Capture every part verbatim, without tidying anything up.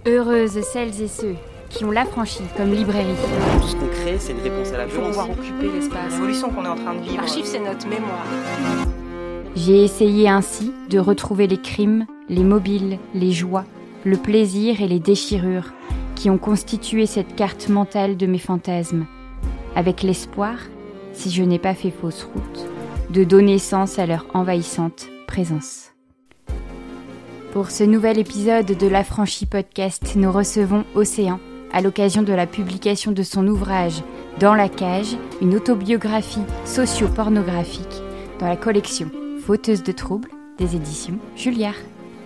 Heureuses celles et ceux qui ont l'affranchi comme librairie. Tout ce qu'on crée, c'est une réponse à la violence. Il faut pouvoir occuper l'espace. L'évolution qu'on est en train de vivre. L'archive, c'est notre mémoire. J'ai essayé ainsi de retrouver les crimes, les mobiles, les joies, le plaisir et les déchirures qui ont constitué cette carte mentale de mes fantasmes, avec l'espoir, si je n'ai pas fait fausse route, de donner sens à leur envahissante présence. Pour ce nouvel épisode de l'Affranchi Podcast, nous recevons Océan, à l'occasion de la publication de son ouvrage « Dans la cage », une autobiographie socio-pornographique dans la collection Fauteuse de troubles des éditions Julliard.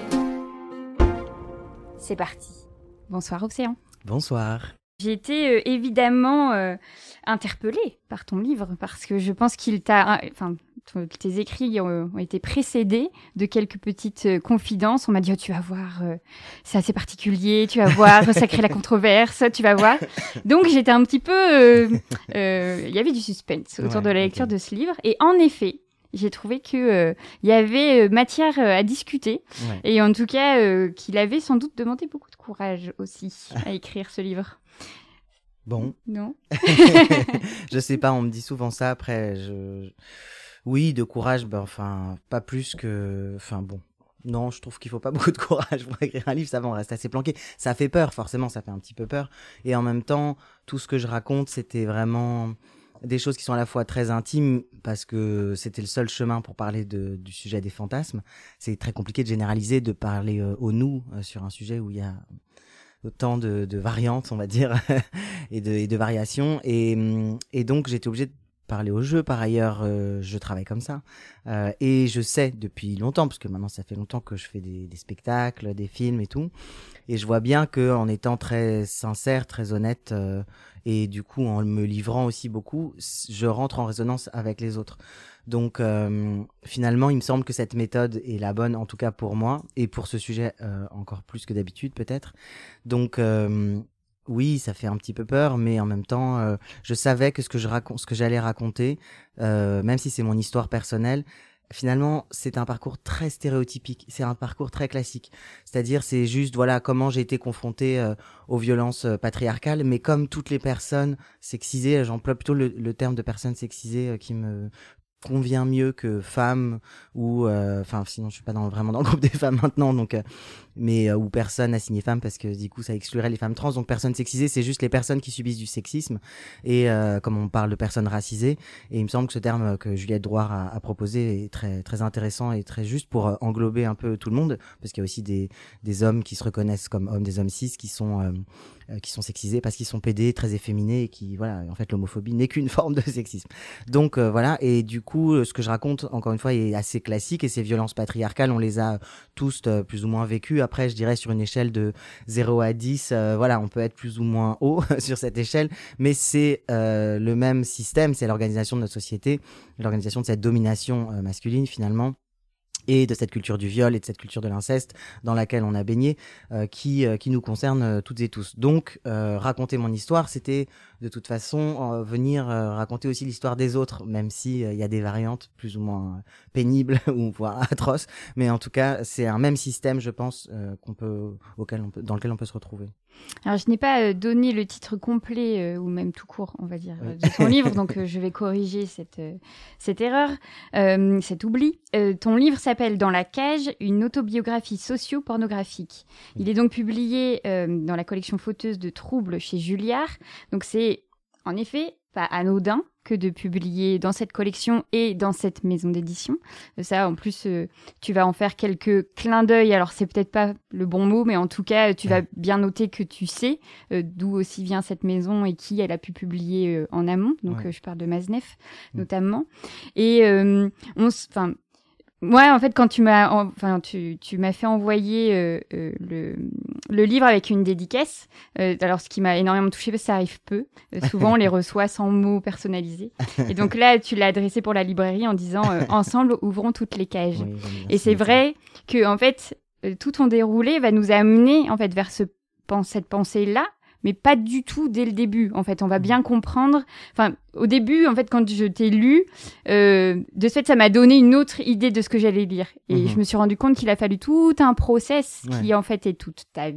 C'est parti. Bonsoir Océan. Bonsoir. J'ai été euh, évidemment euh, interpellée par ton livre parce que je pense qu'il t'a... Enfin, tes écrits ont, ont été précédés de quelques petites euh, confidences. On m'a dit, oh, tu vas voir, euh, c'est assez particulier, tu vas voir, ça crée la controverse, tu vas voir. Donc j'étais un petit peu... Il euh, euh, y avait du suspense autour ouais, de la lecture okay. de ce livre. Et en effet, j'ai trouvé qu'il euh, y avait euh, matière euh, à discuter. Ouais. Et en tout cas, euh, qu'il avait sans doute demandé beaucoup de courage aussi à écrire ce livre. Bon. Non. Je sais pas, on me dit souvent ça. Après, je... oui, de courage, ben, enfin, pas plus que... Enfin, bon. Non, je trouve qu'il faut pas beaucoup de courage pour écrire un livre, ça va, on reste assez planqué. Ça fait peur, forcément, ça fait un petit peu peur. Et en même temps, tout ce que je raconte, c'était vraiment... des choses qui sont à la fois très intimes parce que c'était le seul chemin pour parler de, du sujet des fantasmes. C'est très compliqué de généraliser, de parler euh, au nous euh, sur un sujet où il y a autant de, de variantes, on va dire, et, de, et de variations. Et, et donc, j'étais obligée de parler au jeu. Par ailleurs, euh, je travaille comme ça. Euh, et je sais depuis longtemps, parce que maintenant, ça fait longtemps que je fais des, des spectacles, des films et tout. Et je vois bien qu'en étant très sincère, très honnête, euh, et du coup, en me livrant aussi beaucoup, je rentre en résonance avec les autres. Donc, euh, finalement, il me semble que cette méthode est la bonne, en tout cas pour moi, et pour ce sujet euh, encore plus que d'habitude, peut-être. Donc, euh, oui, ça fait un petit peu peur, mais en même temps, euh, je savais que ce que je raconte, ce que j'allais raconter, euh, même si c'est mon histoire personnelle, finalement, c'est un parcours très stéréotypique, c'est un parcours très classique. C'est-à-dire, c'est juste, voilà, comment j'ai été confrontée euh, aux violences euh, patriarcales, mais comme toutes les personnes sexisées, j'emploie plutôt le, le terme de personnes sexisées euh, qui me convient mieux que femme ou enfin euh, sinon je suis pas dans, vraiment dans le groupe des femmes maintenant donc euh, mais euh, ou personne assignées femme parce que du coup ça exclurait les femmes trans. Donc personnes sexisées, c'est juste les personnes qui subissent du sexisme et euh, comme on parle de personnes racisées, et il me semble que ce terme que Juliette Drouard a, a proposé est très très intéressant et très juste pour euh, englober un peu tout le monde, parce qu'il y a aussi des des hommes qui se reconnaissent comme hommes, des hommes cis qui sont euh, euh, qui sont sexisés parce qu'ils sont pédés, très efféminés, et qui voilà, en fait l'homophobie n'est qu'une forme de sexisme. Donc euh, voilà, et du coup ce que je raconte encore une fois est assez classique, et ces violences patriarcales on les a tous euh, plus ou moins vécues. Après je dirais sur une échelle de zéro à dix, euh, voilà, on peut être plus ou moins haut sur cette échelle, mais c'est euh, le même système, c'est l'organisation de notre société, l'organisation de cette domination euh, masculine finalement, et de cette culture du viol et de cette culture de l'inceste dans laquelle on a baigné, euh, qui euh, qui nous concerne euh, toutes et tous. Donc euh, raconter mon histoire, c'était de toute façon euh, venir euh, raconter aussi l'histoire des autres, même si il euh, y a des variantes plus ou moins euh, pénibles ou voire atroces, mais en tout cas c'est un même système, je pense, euh, qu'on peut auquel on peut dans lequel on peut se retrouver. Alors, je n'ai pas euh, donné le titre complet, euh, ou même tout court, on va dire, euh, de ton livre, donc euh, je vais corriger cette, euh, cette erreur, euh, cet oubli. Euh, ton livre s'appelle « Dans la cage », une autobiographie socio-pornographique. Il est donc publié euh, dans la collection Fauteuse de troubles chez Julliard. Donc, c'est en effet pas anodin que de publier dans cette collection et dans cette maison d'édition. Ça, en plus, euh, tu vas en faire quelques clins d'œil. Alors, c'est peut-être pas le bon mot, mais en tout cas, tu vas bien noter que tu sais euh, d'où aussi vient cette maison et qui elle a pu publier euh, en amont. Donc, ouais. euh, je parle de Maznef, mmh. notamment. Et euh, on, enfin. Ouais, en fait, quand tu m'as, enfin, tu, tu m'as fait envoyer euh, euh, le, le livre avec une dédicace. Euh, alors, ce qui m'a énormément touchée, parce que ça arrive peu. Euh, souvent, on les reçoit sans mots personnalisés. Et donc là, tu l'as adressé pour la librairie en disant euh, « Ensemble, ouvrons toutes les cages oui, ». Et c'est vrai que, en fait, euh, tout ton déroulé va nous amener en fait vers ce, cette pensée-là, mais pas du tout dès le début. En fait, on va bien comprendre. Enfin, au début, en fait, quand je t'ai lu, euh, de ce fait, ça m'a donné une autre idée de ce que j'allais lire. Et mmh. je me suis rendu compte qu'il a fallu tout un process ouais. qui, en fait, est toute ta vie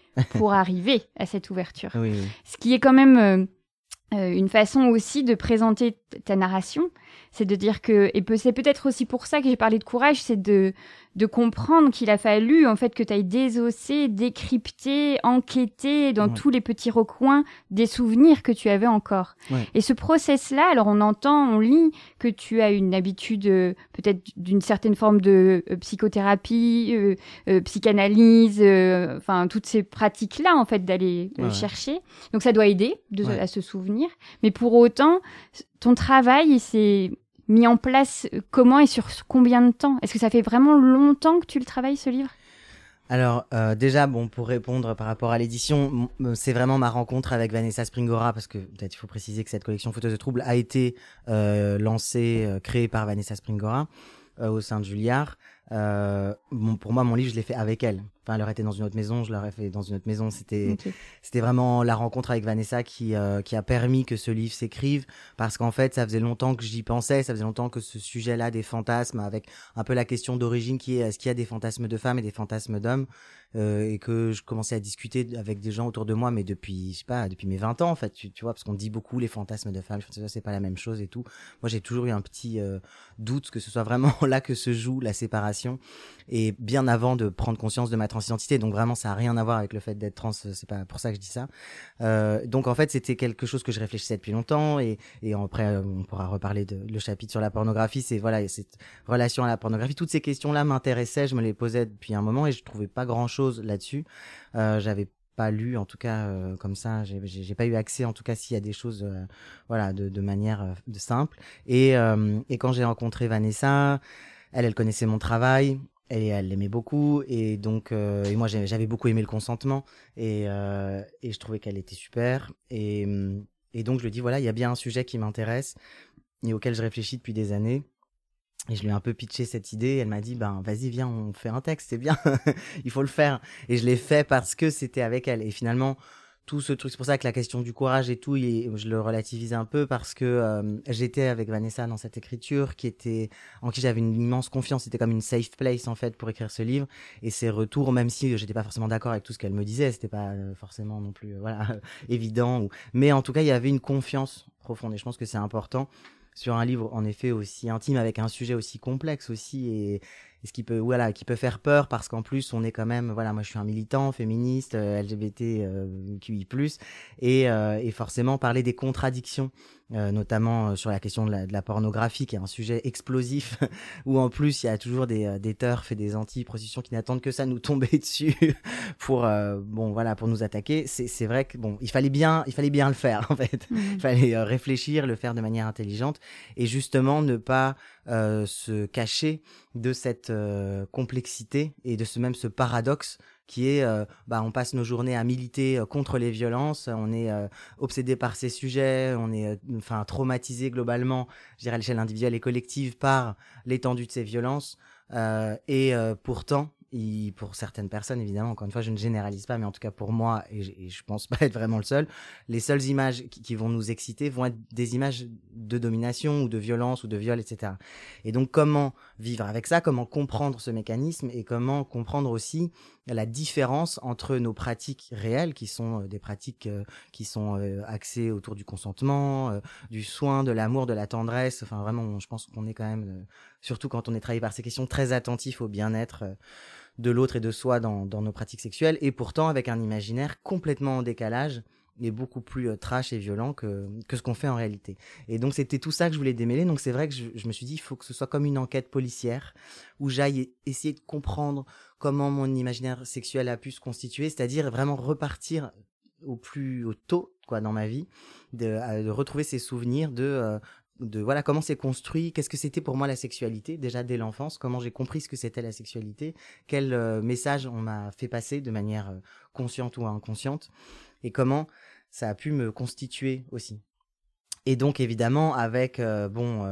pour arriver à cette ouverture. Oui, oui. Ce qui est quand même euh, euh, une façon aussi de présenter t- ta narration, c'est de dire que, et peut- c'est peut-être aussi pour ça que j'ai parlé de courage, c'est de, de comprendre qu'il a fallu en fait que tu ailles désosser, décrypter, enquêter dans Ouais. tous les petits recoins des souvenirs que tu avais encore. Ouais. Et ce process-là, alors on entend, on lit que tu as une habitude euh, peut-être d'une certaine forme de euh, psychothérapie, euh, euh, psychanalyse, euh, enfin toutes ces pratiques-là en fait d'aller euh, Ouais, ouais. chercher. Donc ça doit aider de, Ouais. à se souvenir. Mais pour autant, ton travail, il s'est mis en place euh, comment et sur combien de temps? Est-ce que ça fait vraiment longtemps que tu le travailles, ce livre? Alors euh, déjà, bon, pour répondre par rapport à l'édition, m- c'est vraiment ma rencontre avec Vanessa Springora, parce que peut-être il faut préciser que cette collection Fauteuse de troubles a été euh, lancée, euh, créée par Vanessa Springora euh, au sein de Julliard. Euh, bon, pour moi, mon livre, je l'ai fait avec elle. Enfin, elle aurait été dans une autre maison, je l'aurais fait dans une autre maison. C'était Ok. C'était vraiment la rencontre avec Vanessa qui, euh, qui a permis que ce livre s'écrive, parce qu'en fait, ça faisait longtemps que j'y pensais, ça faisait longtemps que ce sujet-là des fantasmes, avec un peu la question d'origine qui est est-ce qu'il y a des fantasmes de femmes et des fantasmes d'hommes, euh, et que je commençais à discuter avec des gens autour de moi, mais depuis, je sais pas, depuis mes vingt ans, en fait, tu, tu vois, parce qu'on dit beaucoup les fantasmes de femmes, c'est pas la même chose et tout. Moi, j'ai toujours eu un petit euh, doute que ce soit vraiment là que se joue la séparation, et bien avant de prendre conscience de ma transidentité, donc vraiment, ça a rien à voir avec le fait d'être trans, c'est pas pour ça que je dis ça. Euh, donc en fait, c'était quelque chose que je réfléchissais depuis longtemps, et, et après, euh, on pourra reparler de le chapitre sur la pornographie. C'est voilà, cette relation à la pornographie, toutes ces questions-là m'intéressaient, je me les posais depuis un moment et je trouvais pas grand-chose là-dessus. Euh, j'avais pas lu, en tout cas euh, comme ça, j'ai, j'ai, j'ai pas eu accès, en tout cas s'il y a des choses, euh, voilà, de, de manière euh, de simple. Et, euh, et quand j'ai rencontré Vanessa, elle, elle connaissait mon travail. Et elle l'aimait beaucoup, et donc euh, et moi j'ai- j'avais beaucoup aimé le consentement, et euh, et je trouvais qu'elle était super, et hum, et donc je lui dis voilà, il y a bien un sujet qui m'intéresse et auquel je réfléchis depuis des années, et je lui ai un peu pitché cette idée, et elle m'a dit ben vas-y, viens, on fait un texte, c'est bien. Il faut le faire, et je l'ai fait parce que c'était avec elle. Et finalement tout ce truc, c'est pour ça que la question du courage et tout, il- je le relativise un peu, parce que euh, j'étais avec Vanessa dans cette écriture qui était, en qui j'avais une immense confiance. C'était comme une safe place en fait pour écrire ce livre, et ses retours, même si j'étais pas forcément d'accord avec tout ce qu'elle me disait, c'était pas euh, forcément non plus euh, voilà évident, ou... mais en tout cas il y avait une confiance profonde, et je pense que c'est important sur un livre en effet aussi intime, avec un sujet aussi complexe aussi, et, et ce qui peut voilà qui peut faire peur, parce qu'en plus on est quand même, voilà, moi je suis un militant féministe, euh, L G B T Q I plus, et, euh, et forcément parler des contradictions, euh, notamment euh, sur la question de la, de la pornographie, qui est un sujet explosif où en plus il y a toujours des, euh, des turfs et des anti-prostitutions qui n'attendent que ça nous tomber dessus pour euh, bon voilà pour nous attaquer. C'est, c'est vrai que bon il fallait bien il fallait bien le faire en fait. Mhm. Il fallait euh, réfléchir, le faire de manière intelligente, et justement ne pas euh, se cacher de cette euh, complexité et de ce même ce paradoxe qui est euh, bah on passe nos journées à militer euh, contre les violences, on est euh, obsédé par ces sujets, on est euh, enfin traumatisé globalement, je dirais à l'échelle individuelle et collective, par l'étendue de ces violences, euh, et euh, pourtant il, pour certaines personnes, évidemment, encore une fois je ne généralise pas, mais en tout cas pour moi, et je, et je pense pas être vraiment le seul, les seules images qui, qui vont nous exciter vont être des images de domination ou de violence ou de viol, et cetera. Et donc comment vivre avec ça, comment comprendre ce mécanisme, et comment comprendre aussi la différence entre nos pratiques réelles, qui sont euh, des pratiques euh, qui sont euh, axées autour du consentement, euh, du soin, de l'amour, de la tendresse. Enfin vraiment, on- je pense qu'on est quand même, euh, surtout quand on est travaillé par ces questions, très attentif au bien-être euh, de l'autre et de soi dans, dans nos pratiques sexuelles, et pourtant avec un imaginaire complètement en décalage et beaucoup plus euh, trash et violent que, que ce qu'on fait en réalité. Et donc c'était tout ça que je voulais démêler. Donc c'est vrai que je, je me suis dit, il faut que ce soit comme une enquête policière, où j'aille essayer de comprendre comment mon imaginaire sexuel a pu se constituer, c'est-à-dire vraiment repartir au plus au tôt quoi dans ma vie, de, euh, de retrouver ces souvenirs de euh, de voilà comment c'est construit, qu'est-ce que c'était pour moi la sexualité déjà dès l'enfance, comment j'ai compris ce que c'était la sexualité, quel euh, message on m'a fait passer de manière euh, consciente ou inconsciente, et comment ça a pu me constituer aussi. Et donc évidemment avec euh, bon euh,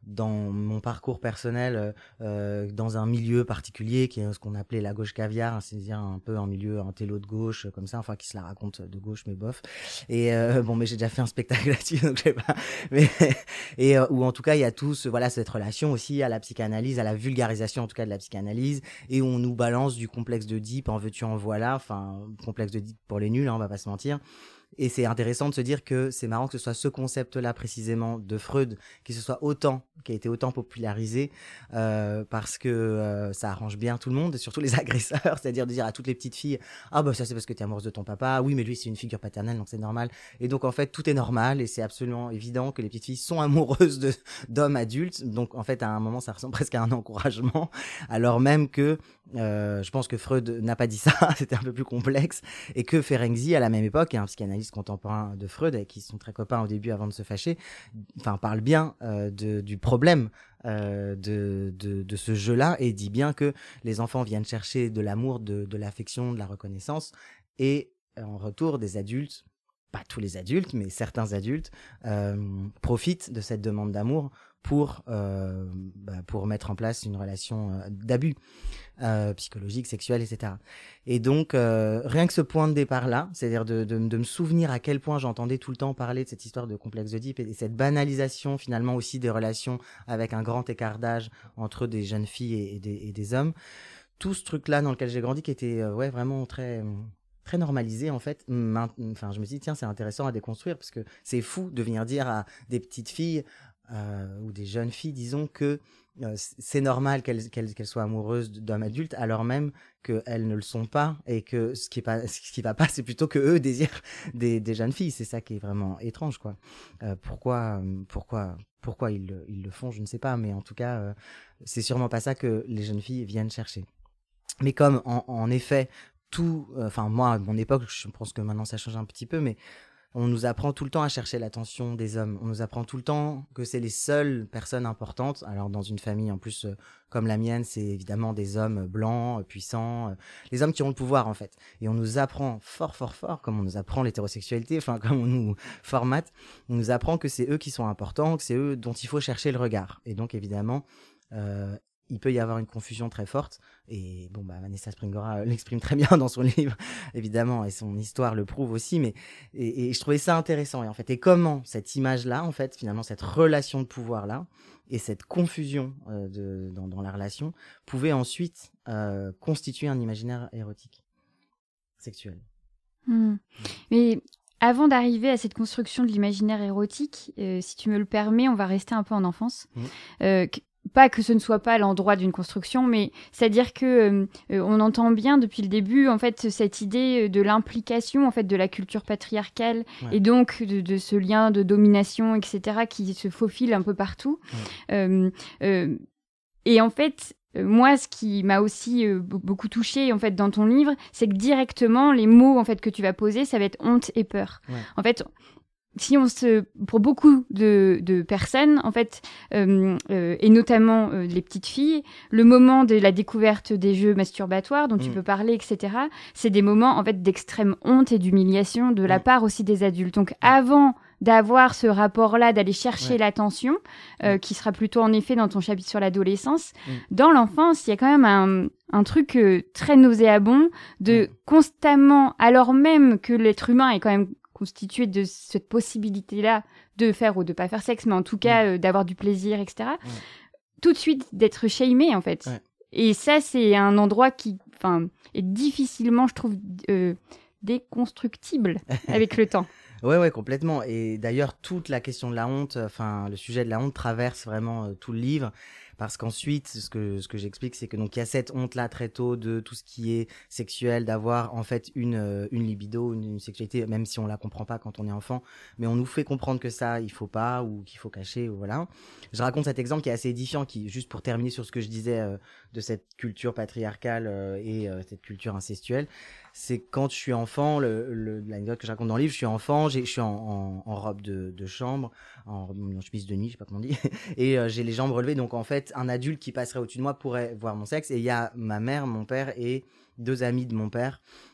dans mon parcours personnel, euh, dans un milieu particulier qui est ce qu'on appelait la gauche caviar, c'est-à-dire un peu un milieu un télo de gauche comme ça, enfin qui se la raconte de gauche mais bof. Et euh, bon, mais j'ai déjà fait un spectacle là-dessus, donc je sais pas. Mais et euh, ou en tout cas, il y a tous voilà cette relation aussi à la psychanalyse, à la vulgarisation en tout cas de la psychanalyse, et où on nous balance du complexe d'Oedipe, en veux-tu en voilà, enfin complexe d'Oedipe pour les nuls, hein, on va pas se mentir. Et c'est intéressant de se dire que c'est marrant que ce soit ce concept-là précisément de Freud qui se soit autant, qui a été autant popularisé euh, parce que euh, ça arrange bien tout le monde, et surtout les agresseurs, c'est-à-dire de dire à toutes les petites filles « Ah bah ça c'est parce que t'es amoureuse de ton papa, oui mais lui c'est une figure paternelle donc c'est normal ». Et donc en fait tout est normal et c'est absolument évident que les petites filles sont amoureuses de, d'hommes adultes, donc en fait à un moment ça ressemble presque à un encouragement, alors même que euh, je pense que Freud n'a pas dit ça, c'était un peu plus complexe, et que Ferenczi à la même époque, et un psychanalyste contemporain de Freud, avec qui ils sont très copains au début avant de se fâcher, enfin parle bien euh, de, du problème euh, de, de, de ce jeu-là, et dit bien que les enfants viennent chercher de l'amour, de, de l'affection, de la reconnaissance, et en retour des adultes, pas tous les adultes, mais certains adultes, euh, profitent de cette demande d'amour pour, euh, bah, pour mettre en place une relation euh, d'abus euh, psychologique, sexuel, et cetera. Et donc, euh, rien que ce point de départ-là, c'est-à-dire de, de, de me souvenir à quel point j'entendais tout le temps parler de cette histoire de complexe d'Oedipe et, et cette banalisation finalement aussi des relations avec un grand écart d'âge entre des jeunes filles et, et, des, et des hommes, tout ce truc-là dans lequel j'ai grandi qui était euh, ouais, vraiment très... très normalisé en fait. Enfin, je me suis dit tiens c'est intéressant à déconstruire parce que c'est fou de venir dire à des petites filles euh, ou des jeunes filles disons que euh, c'est normal qu'elles, qu'elles, qu'elles soient amoureuses d'hommes adultes alors même qu'elles ne le sont pas et que ce qui est pas, ce qui va pas c'est plutôt que eux désirent des, des jeunes filles. C'est ça qui est vraiment étrange quoi. Euh, pourquoi pourquoi pourquoi ils le, ils le font je ne sais pas, mais en tout cas euh, c'est sûrement pas ça que les jeunes filles viennent chercher. Mais comme en, en effet tout, enfin euh, moi à mon époque, je pense que maintenant ça change un petit peu, mais on nous apprend tout le temps à chercher l'attention des hommes. On nous apprend tout le temps que c'est les seules personnes importantes. Alors dans une famille en plus euh, comme la mienne, c'est évidemment des hommes blancs, euh, puissants, euh, les hommes qui ont le pouvoir en fait. Et on nous apprend fort fort fort, comme on nous apprend l'hétérosexualité, enfin comme on nous formate, on nous apprend que c'est eux qui sont importants, que c'est eux dont il faut chercher le regard. Et donc évidemment, euh, il peut y avoir une confusion très forte, et bon bah Vanessa Springora l'exprime très bien dans son livre évidemment, et son histoire le prouve aussi, mais et, et je trouvais ça intéressant, et en fait et comment cette image là en fait finalement cette relation de pouvoir là et cette confusion euh, de, dans, dans la relation pouvait ensuite euh, constituer un imaginaire érotique sexuel. Mmh. Mais avant d'arriver à cette construction de l'imaginaire érotique, euh, si tu me le permets, on va rester un peu en enfance. Mmh. Euh, Pas que ce ne soit pas l'endroit d'une construction, mais c'est-à-dire que euh, on entend bien depuis le début en fait cette idée de l'implication en fait de la culture patriarcale ouais. et donc de, de ce lien de domination, et cetera qui se faufile un peu partout. Ouais. Euh, euh, et en fait, euh, moi, ce qui m'a aussi euh, beaucoup touchée en fait dans ton livre, c'est que directement les mots en fait que tu vas poser, ça va être honte et peur. Ouais. En fait. Si on se, pour beaucoup de, de personnes, en fait, euh, euh, et notamment euh, les petites filles, le moment de la découverte des jeux masturbatoires dont mmh. tu peux parler, et cetera, c'est des moments en fait d'extrême honte et d'humiliation de la mmh. part aussi des adultes. Donc, mmh. avant d'avoir ce rapport-là, d'aller chercher ouais. l'attention, euh, mmh. qui sera plutôt en effet dans ton chapitre sur l'adolescence, mmh. dans l'enfance, il y a quand même un, un truc euh, très nauséabond de mmh. constamment, alors même que l'être humain est quand même constitué de cette possibilité-là de faire ou de pas faire sexe, mais en tout cas euh, d'avoir du plaisir, et cetera. Ouais. Tout de suite d'être shamé en fait. Ouais. Et ça, c'est un endroit qui, enfin, est difficilement, je trouve, euh, déconstructible avec le temps. Ouais, ouais, complètement. Et d'ailleurs, toute la question de la honte, enfin, le sujet de la honte traverse vraiment euh, tout le livre. Parce qu'ensuite, ce que, ce que j'explique, c'est que donc il y a cette honte-là très tôt de tout ce qui est sexuel, d'avoir en fait une, euh, une libido, une, une sexualité, même si on la comprend pas quand on est enfant, mais on nous fait comprendre que ça, il faut pas, ou qu'il faut cacher, ou voilà. Je raconte cet exemple qui est assez édifiant, qui, juste pour terminer sur ce que je disais euh, de cette culture patriarcale euh, et euh, cette culture incestuelle, c'est quand je suis enfant, le, le, l'anecdote que je raconte dans le livre, je suis enfant, j'ai, je suis en, en, en robe de, de chambre, en, en chemise de nuit, je sais pas comment on dit, et euh, j'ai les jambes relevées, donc en fait, un adulte qui passerait au-dessus de moi pourrait voir mon sexe, et il y a ma mère, mon père et deux amis de mon père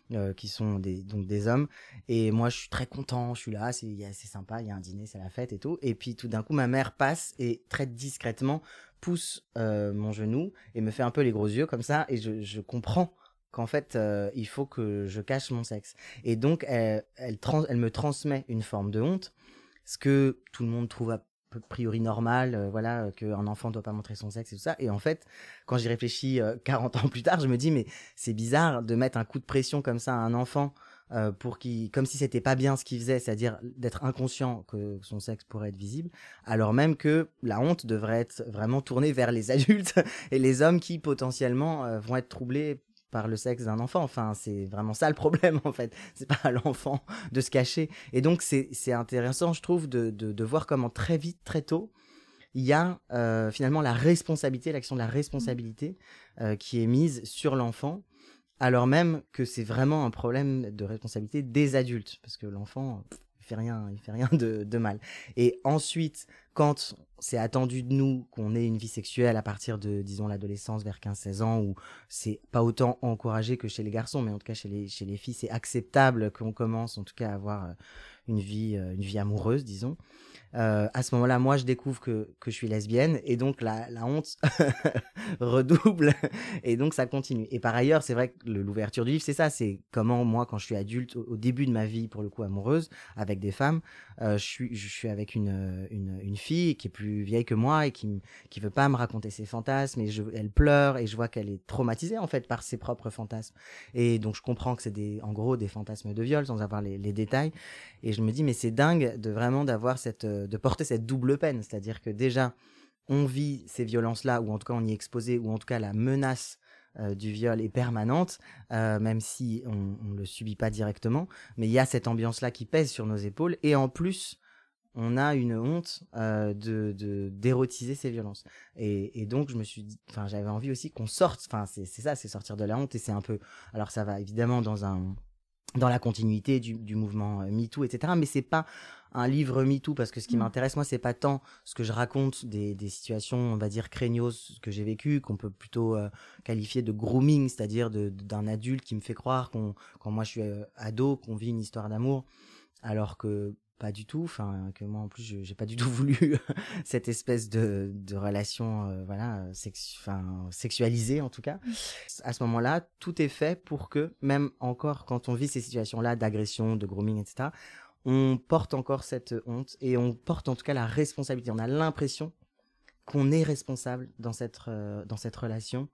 euh, qui sont des, donc des hommes. Et moi, je suis très content, je suis là, c'est, c'est sympa, il y a un dîner, c'est la fête et tout. Et puis tout d'un coup, ma mère passe et très discrètement pousse euh, mon genou et me fait un peu les gros yeux comme ça. Et je, je comprends qu'en fait, euh, il faut que je cache mon sexe. Et donc, elle, elle, trans- elle me transmet une forme de honte, ce que tout le monde trouve a priori normal, euh, voilà, euh, qu'un enfant ne doit pas montrer son sexe et tout ça. Et en fait, quand j'y réfléchis euh, quarante ans plus tard, je me dis, mais c'est bizarre de mettre un coup de pression comme ça à un enfant, euh, pour qu'il, comme si c'était pas bien ce qu'il faisait, c'est-à-dire d'être inconscient que son sexe pourrait être visible, alors même que la honte devrait être vraiment tournée vers les adultes et les hommes qui potentiellement euh, vont être troublés par le sexe d'un enfant. Enfin, c'est vraiment ça le problème, en fait. C'est pas à l'enfant de se cacher. Et donc, c'est, c'est intéressant, je trouve, de, de, de voir comment très vite, très tôt, il y a euh, finalement la responsabilité, l'action de la responsabilité euh, qui est mise sur l'enfant, alors même que c'est vraiment un problème de responsabilité des adultes, parce que l'enfant, pff, il fait rien, il fait rien de, de mal. Et ensuite, quand c'est attendu de nous qu'on ait une vie sexuelle à partir de, disons, l'adolescence, vers quinze seize ans, où c'est pas autant encouragé que chez les garçons, mais en tout cas chez les, chez les filles, c'est acceptable qu'on commence en tout cas à avoir une vie, une vie amoureuse, disons. Euh, à ce moment-là, moi, je découvre que, que je suis lesbienne, et donc la, la honte redouble, et donc ça continue. Et par ailleurs, c'est vrai que le, l'ouverture du livre, c'est ça, c'est comment moi, quand je suis adulte, au, au début de ma vie, pour le coup, amoureuse, avec des femmes, euh, je suis, je suis avec une, une, une fille qui est plus vieille que moi et qui, qui veut pas me raconter ses fantasmes, et je, elle pleure, et je vois qu'elle est traumatisée, en fait, par ses propres fantasmes. Et donc, je comprends que c'est des, en gros, des fantasmes de viol, sans avoir les, les détails. Et je me dis, mais c'est dingue de vraiment d'avoir cette, de porter cette double peine. C'est-à-dire que déjà, on vit ces violences-là, ou en tout cas on y est exposé, ou en tout cas la menace euh, du viol est permanente, euh, même si on ne le subit pas directement. Mais il y a cette ambiance-là qui pèse sur nos épaules. Et en plus, on a une honte euh, de, de, d'érotiser ces violences. Et, et donc, je me suis dit, enfin, j'avais envie aussi qu'on sorte. Enfin, c'est, c'est ça, c'est sortir de la honte. Et c'est un peu, alors ça va évidemment dans un, dans la continuité du, du mouvement euh, MeToo, et cetera. Mais c'est pas un livre MeToo, parce que ce qui mmh. m'intéresse, moi, c'est pas tant ce que je raconte des, des situations, on va dire, craignos que j'ai vécues, qu'on peut plutôt euh, qualifier de grooming, c'est-à-dire de, de, d'un adulte qui me fait croire, qu'on, quand moi je suis euh, ado, qu'on vit une histoire d'amour, alors que pas du tout, enfin que moi en plus je, j'ai pas du tout voulu cette espèce de, de relation euh, voilà sexu- enfin sexualisée en tout cas. À ce moment-là, tout est fait pour que même encore quand on vit ces situations-là d'agression, de grooming, et cetera, on porte encore cette honte et on porte en tout cas la responsabilité. On a l'impression qu'on est responsable dans cette euh, dans cette relation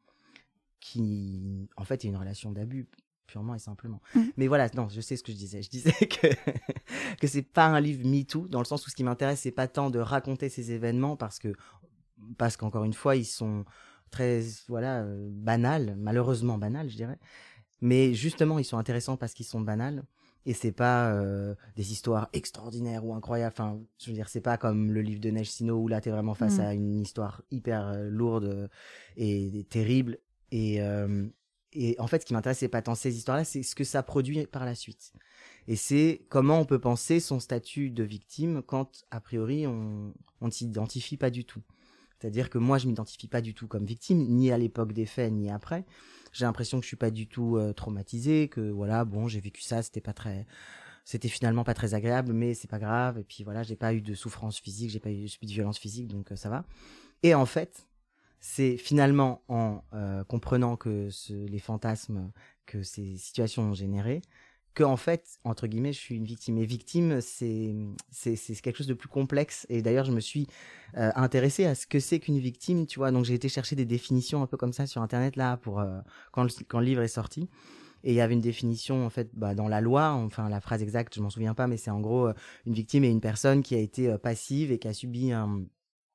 qui en fait est une relation d'abus. Purement et simplement. Mmh. Mais voilà, non, je sais ce que je disais. Je disais que que c'est pas un livre MeToo, dans le sens où ce qui m'intéresse, c'est pas tant de raconter ces événements, parce que parce qu'encore une fois, ils sont très voilà euh, banals, malheureusement banals, je dirais. Mais justement, ils sont intéressants parce qu'ils sont banals. Et c'est pas euh, des histoires extraordinaires ou incroyables. Enfin, je veux dire, c'est pas comme le livre de Neige Sino où là, t'es vraiment face mmh. à une histoire hyper euh, lourde et, et terrible. Et euh, Et en fait, ce qui m'intéresse, c'est pas tant ces histoires-là, c'est ce que ça produit par la suite. Et c'est comment on peut penser son statut de victime quand, a priori, on ne s'identifie pas du tout. C'est-à-dire que moi, je m'identifie pas du tout comme victime, ni à l'époque des faits, ni après. J'ai l'impression que je suis pas du tout euh, traumatisée, que voilà, bon, j'ai vécu ça, c'était pas très... C'était finalement pas très agréable, mais c'est pas grave. Et puis voilà, j'ai pas eu de souffrance physique, j'ai pas eu de violence physique, donc euh, ça va. Et en fait... c'est finalement en euh, comprenant que ce, les fantasmes que ces situations ont générés, que en fait, entre guillemets, je suis une victime. Et victime, c'est, c'est, c'est quelque chose de plus complexe. Et d'ailleurs, je me suis euh, intéressée à ce que c'est qu'une victime, tu vois. Donc, j'ai été chercher des définitions un peu comme ça sur Internet, là, pour, euh, quand, le, quand le livre est sorti. Et il y avait une définition, en fait, bah, dans la loi, enfin, la phrase exacte, je m'en souviens pas, mais c'est en gros, euh, une victime est une personne qui a été euh, passive et qui a subi un...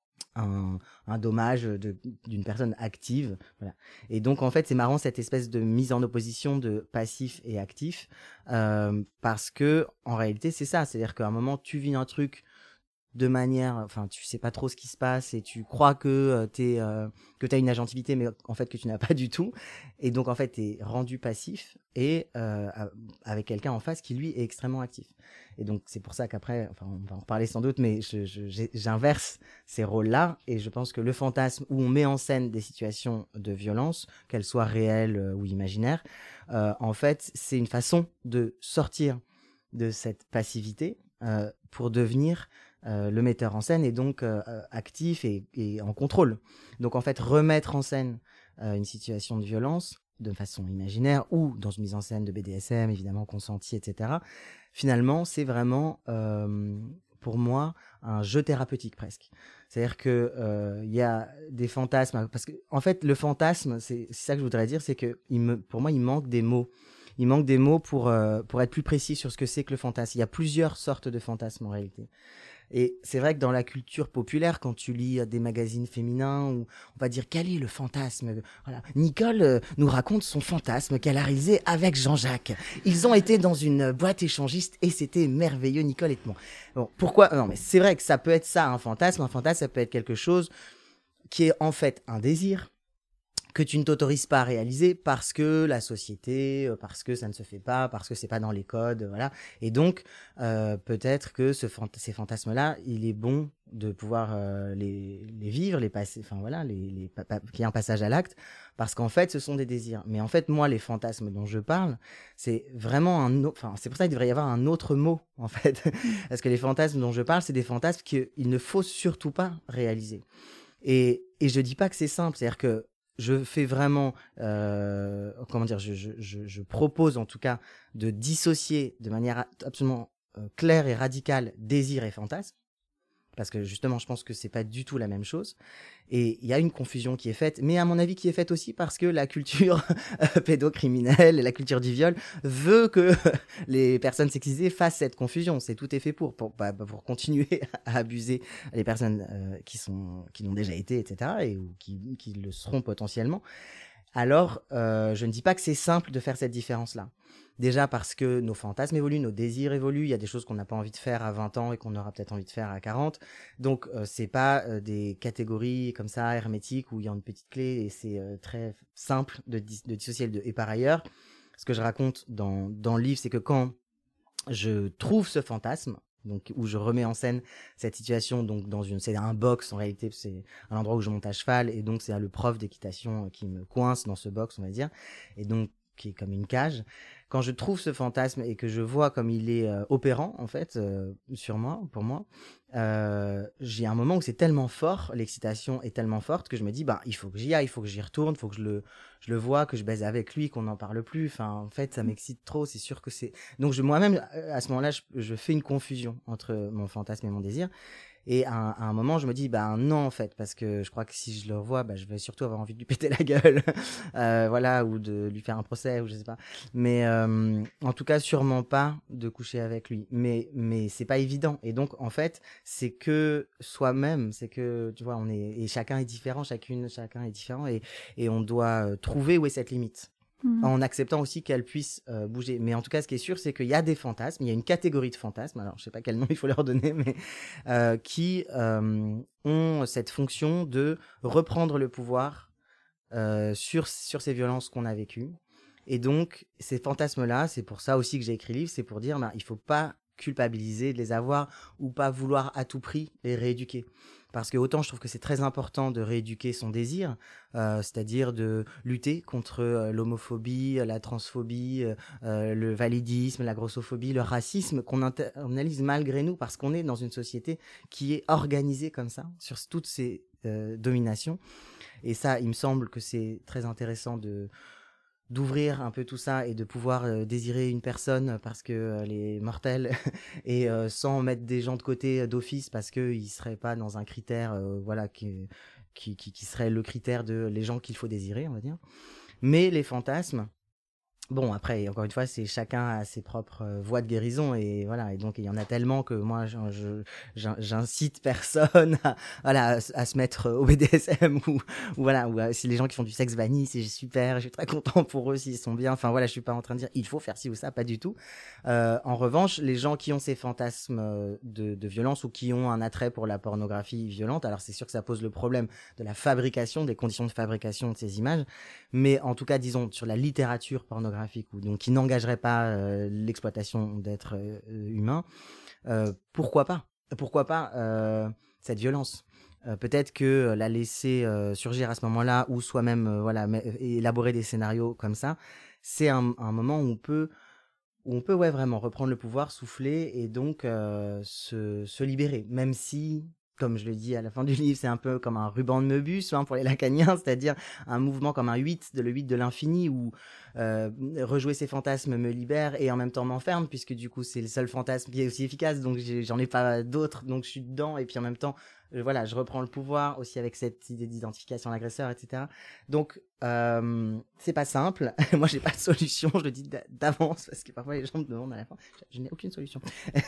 Un, un dommage de, d'une personne active, voilà. Et donc en fait c'est marrant cette espèce de mise en opposition de passif et actif, euh, parce que en réalité c'est ça, c'est-à-dire qu'à un moment tu vis un truc de manière, enfin tu sais pas trop ce qui se passe et tu crois que euh, t'es euh, que t'as une agentivité, mais en fait que tu n'as pas du tout, et donc en fait t'es rendu passif et euh, avec quelqu'un en face qui lui est extrêmement actif. Et donc c'est pour ça qu'après, enfin on va en reparler sans doute, mais je, je, j'inverse ces rôles-là, et je pense que le fantasme où on met en scène des situations de violence, qu'elles soient réelles ou imaginaires, euh, en fait, c'est une façon de sortir de cette passivité euh, pour devenir euh, le metteur en scène et donc euh, actif et, et en contrôle. Donc en fait, remettre en scène euh, une situation de violence de façon imaginaire ou dans une mise en scène de B D S M, évidemment consentie, et cetera. Finalement, c'est vraiment, euh, pour moi, un jeu thérapeutique presque. C'est-à-dire que euh, y a des fantasmes, parce que en fait, le fantasme, c'est, c'est ça que je voudrais dire, c'est que il me, pour moi, il manque des mots. Il manque des mots pour, euh, pour être plus précis sur ce que c'est que le fantasme. Il y a plusieurs sortes de fantasmes en réalité. Et c'est vrai que dans la culture populaire, quand tu lis des magazines féminins, où on va dire quel est le fantasme, voilà. Nicole euh, nous raconte son fantasme qu'elle a réalisé avec Jean-Jacques. Ils ont été dans une boîte échangiste et c'était merveilleux, Nicole et moi. Bon, pourquoi ? Non, mais c'est vrai que ça peut être ça, un fantasme. Un fantasme, ça peut être quelque chose qui est en fait un désir que tu ne t'autorises pas à réaliser parce que la société, parce que ça ne se fait pas, parce que c'est pas dans les codes, voilà. Et donc, euh, peut-être que ce fant- ces fantasmes-là, il est bon de pouvoir euh, les, les vivre, les passer, enfin voilà, les, les, pa- pa- qu'il y ait un passage à l'acte, parce qu'en fait, ce sont des désirs. Mais en fait, moi, les fantasmes dont je parle, c'est vraiment un autre, enfin, c'est pour ça qu'il devrait y avoir un autre mot, en fait. Parce que les fantasmes dont je parle, c'est des fantasmes qu'il ne faut surtout pas réaliser. Et, et je dis pas que c'est simple, c'est-à-dire que je fais vraiment, euh, comment dire, je, je, je, je propose en tout cas de dissocier de manière absolument euh, claire et radicale désir et fantasme, parce que justement, je pense que c'est pas du tout la même chose. Et il y a une confusion qui est faite, mais à mon avis qui est faite aussi parce que la culture pédocriminelle, la culture du viol veut que les personnes sexisées fassent cette confusion. C'est tout est fait pour, pour, bah, pour continuer à abuser les personnes euh, qui sont, qui l'ont déjà été, et cetera, et ou qui, qui le seront potentiellement. Alors, euh, je ne dis pas que c'est simple de faire cette différence-là. Déjà parce que nos fantasmes évoluent, nos désirs évoluent, il y a des choses qu'on n'a pas envie de faire à vingt ans et qu'on aura peut-être envie de faire à quarante. Donc, euh, c'est pas euh, des catégories comme ça, hermétiques, où il y a une petite clé et c'est euh, très simple de, dis- de dissocier les deux. Et par ailleurs, ce que je raconte dans, dans le livre, c'est que quand je trouve ce fantasme, donc où je remets en scène cette situation, donc dans une, c'est un box en réalité, c'est un endroit où je monte à cheval et donc c'est le prof d'équitation qui me coince dans ce box, on va dire, et donc qui est comme une cage. Quand je trouve ce fantasme et que je vois comme il est euh, opérant en fait euh, sur moi, pour moi, euh, j'ai un moment où c'est tellement fort, l'excitation est tellement forte que je me dis bah il faut que j'y aille, il faut que j'y retourne, il faut que je le je le vois, que je baise avec lui, qu'on n'en parle plus. Enfin en fait ça m'excite trop, c'est sûr que c'est donc je moi-même à ce moment-là je, je fais une confusion entre mon fantasme et mon désir. Et à un, à un moment, je me dis, bah non, en fait, parce que je crois que si je le revois, bah, je vais surtout avoir envie de lui péter la gueule, euh, voilà, ou de lui faire un procès, ou je sais pas. Mais euh, en tout cas, sûrement pas de coucher avec lui. Mais mais c'est pas évident. Et donc, en fait, c'est que soi-même, c'est que tu vois, on est et chacun est différent, chacune, chacun est différent, et et on doit trouver où est cette limite. Mmh. En acceptant aussi qu'elle puisse euh, bouger. Mais en tout cas, ce qui est sûr, c'est qu'il y a des fantasmes, il y a une catégorie de fantasmes, alors je ne sais pas quel nom il faut leur donner, mais euh, qui euh, ont cette fonction de reprendre le pouvoir euh, sur, sur ces violences qu'on a vécues. Et donc, ces fantasmes-là, c'est pour ça aussi que j'ai écrit le livre, c'est pour dire, bah, il ne faut pas culpabiliser de les avoir ou pas vouloir à tout prix les rééduquer. Parce que autant je trouve que c'est très important de rééduquer son désir, euh, c'est-à-dire de lutter contre euh, l'homophobie, la transphobie, euh, le validisme, la grossophobie, le racisme qu'on internalise malgré nous parce qu'on est dans une société qui est organisée comme ça, sur toutes ces euh, dominations. Et ça, il me semble que c'est très intéressant de... d'ouvrir un peu tout ça et de pouvoir euh, désirer une personne parce que euh, elle est mortelle et euh, sans mettre des gens de côté d'office parce qu'ils ne seraient pas dans un critère euh, voilà, qui, qui, qui, qui serait le critère de les gens qu'il faut désirer, on va dire. Mais les fantasmes, bon, après, encore une fois, c'est chacun a ses propres euh, voies de guérison et voilà. Et donc, il y en a tellement que moi, je, je, j'incite personne à, voilà, à, à se mettre au B D S M ou, ou voilà, ou à, si les gens qui font du sexe vanille, c'est super, je suis très content pour eux s'ils sont bien. Enfin voilà, je suis pas en train de dire il faut faire ci ou ça, pas du tout. Euh, en revanche, les gens qui ont ces fantasmes de, de violence ou qui ont un attrait pour la pornographie violente, alors c'est sûr que ça pose le problème de la fabrication, des conditions de fabrication de ces images, mais en tout cas, disons sur la littérature pornographique ou donc qui n'engagerait pas euh, l'exploitation d'êtres euh, humains, euh, pourquoi pas Pourquoi pas euh, cette violence euh, peut-être que la laisser euh, surgir à ce moment-là ou soi-même euh, voilà, élaborer des scénarios comme ça, c'est un, un moment où on peut, où on peut ouais, vraiment reprendre le pouvoir, souffler et donc euh, se, se libérer. Même si, comme je le dis à la fin du livre, c'est un peu comme un ruban de Möbius hein, pour les lacaniens, c'est-à-dire un mouvement comme un huit, de le huit de l'infini, où euh, rejouer ses fantasmes me libère et en même temps m'enferme, puisque du coup c'est le seul fantasme qui est aussi efficace, donc j'ai, j'en ai pas d'autres, donc je suis dedans, et puis en même temps, euh, voilà, je reprends le pouvoir aussi avec cette idée d'identification à l'agresseur, et cetera. Donc, euh, c'est pas simple. Moi, j'ai pas de solution, je le dis d'avance, parce que parfois les gens me demandent à la fin, je, je n'ai aucune solution.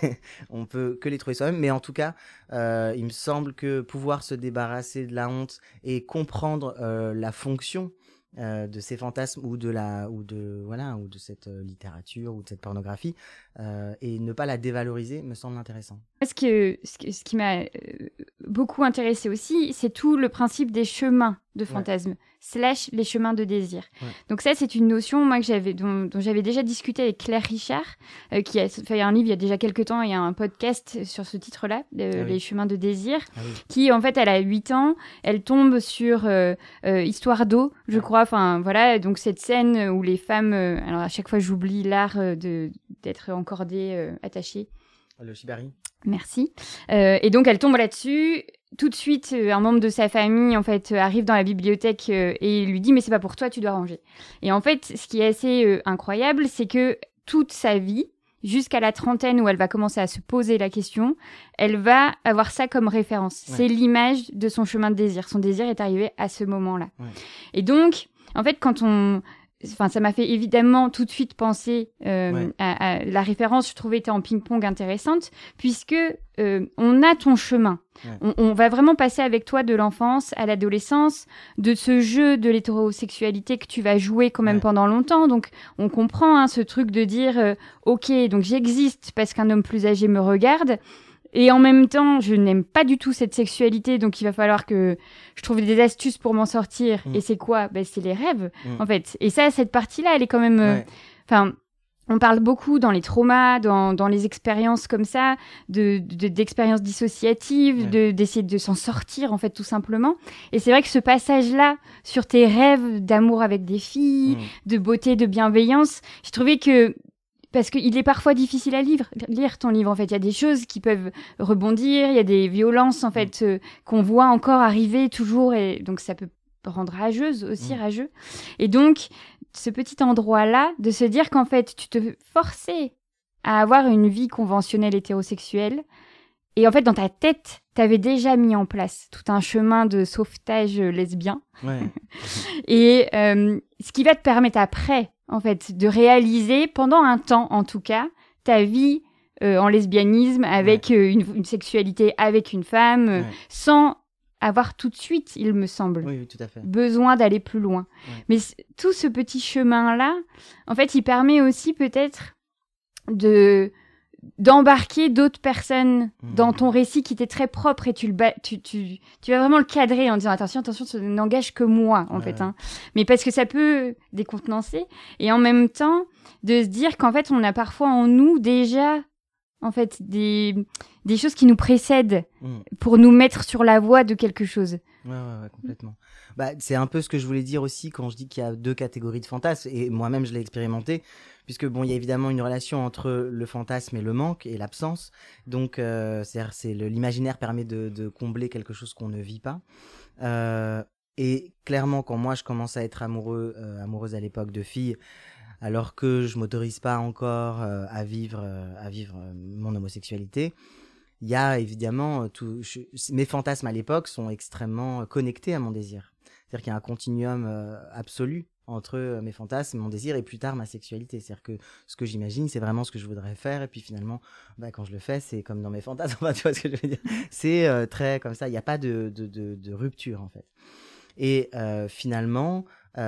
On peut que les trouver soi-même, mais en tout cas, euh, il me semble que pouvoir se débarrasser de la honte et comprendre euh, la fonction euh, de ces fantasmes ou de la ou de voilà ou de cette euh, littérature ou de cette pornographie euh, et ne pas la dévaloriser me semble intéressant. Ce, que, ce, que, ce qui m'a euh, beaucoup intéressé aussi, c'est tout le principe des chemins de fantasmes, ouais. slash les chemins de désir. Ouais. Donc ça, c'est une notion moi, que j'avais, dont, dont j'avais déjà discuté avec Claire Richard, euh, qui a fait un livre il y a déjà quelques temps, et un podcast sur ce titre-là, euh, ah oui. Les chemins de désir, ah oui. qui en fait, elle a huit ans, elle tombe sur euh, euh, Histoire d'eau, je ouais. crois, enfin voilà, donc cette scène où les femmes, euh, alors à chaque fois j'oublie l'art euh, de, d'être encordées, euh, attachées. Le shibari. Merci. Euh, et donc, elle tombe là-dessus. Tout de suite, euh, un membre de sa famille, en fait, euh, arrive dans la bibliothèque euh, et lui dit « Mais c'est pas pour toi, tu dois ranger. » Et en fait, ce qui est assez euh, incroyable, c'est que toute sa vie, jusqu'à la trentaine où elle va commencer à se poser la question, elle va avoir ça comme référence. Ouais. C'est l'image de son chemin de désir. Son désir est arrivé à ce moment-là. Ouais. Et donc, en fait, quand on... Enfin, ça m'a fait évidemment tout de suite penser euh, ouais. à, à la référence, je trouvais était en ping-pong intéressante, puisque euh, on a ton chemin. Ouais. On, on va vraiment passer avec toi de l'enfance à l'adolescence, de ce jeu de l'hétérosexualité que tu vas jouer quand même ouais. pendant longtemps. Donc, on comprend hein, ce truc de dire euh, « Ok, donc j'existe parce qu'un homme plus âgé me regarde ». Et en même temps, je n'aime pas du tout cette sexualité, donc il va falloir que je trouve des astuces pour m'en sortir. Mmh. Et c'est quoi ? Ben, c'est les rêves, mmh. en fait. Et ça, cette partie-là, elle est quand même... Enfin, euh, on parle beaucoup dans les traumas, dans, dans les expériences comme ça, de, de, d'expériences dissociatives, ouais. de, d'essayer de s'en sortir, en fait, tout simplement. Et c'est vrai que ce passage-là, sur tes rêves d'amour avec des filles, mmh. de beauté, de bienveillance, j'ai trouvé que... Parce qu'il est parfois difficile à lire, lire ton livre, en fait. Il y a des choses qui peuvent rebondir, il y a des violences, en fait, euh, qu'on voit encore arriver toujours, et donc ça peut rendre rageuse aussi, mmh. rageux. Et donc, ce petit endroit-là, de se dire qu'en fait, tu te forçais à avoir une vie conventionnelle hétérosexuelle, et en fait, dans ta tête, tu avais déjà mis en place tout un chemin de sauvetage lesbien. Ouais. Et euh, ce qui va te permettre après, en fait, de réaliser, pendant un temps en tout cas, ta vie euh, en lesbianisme, avec ouais. euh, une, une sexualité avec une femme, euh, ouais. sans avoir tout de suite, il me semble, oui, oui, tout à fait. besoin d'aller plus loin. Ouais. Mais c- tout ce petit chemin-là, en fait, il permet aussi peut-être de... d'embarquer d'autres personnes mmh. dans ton récit qui t'est très propre et tu, le ba- tu, tu, tu vas vraiment le cadrer en disant attention, attention, ça n'engage que moi en ouais. fait. Hein. Mais parce que ça peut décontenancer et en même temps de se dire qu'en fait on a parfois en nous déjà en fait des, des choses qui nous précèdent mmh. pour nous mettre sur la voie de quelque chose. Ouais, ouais, ouais, complètement. Bah, c'est un peu ce que je voulais dire aussi quand je dis qu'il y a deux catégories de fantasmes et moi-même je l'ai expérimenté. Puisque bon, il y a évidemment une relation entre le fantasme et le manque et l'absence. Donc, euh, c'est-à-dire, c'est le, l'imaginaire permet de, de combler quelque chose qu'on ne vit pas. Euh, et clairement, quand moi je commence à être amoureux, euh, amoureuse à l'époque de filles, alors que je m'autorise pas encore euh, à vivre, euh, à vivre euh, mon homosexualité, il y a évidemment tout. Je, mes fantasmes à l'époque sont extrêmement connectés à mon désir. C'est-à-dire qu'il y a un continuum euh, absolu entre mes fantasmes, mon désir et plus tard ma sexualité. C'est-à-dire que ce que j'imagine, c'est vraiment ce que je voudrais faire et puis finalement, bah, quand je le fais, c'est comme dans mes fantasmes, enfin, tu vois ce que je veux dire. C'est euh, très comme ça, il n'y a pas de, de, de, de rupture en fait. Et euh, finalement,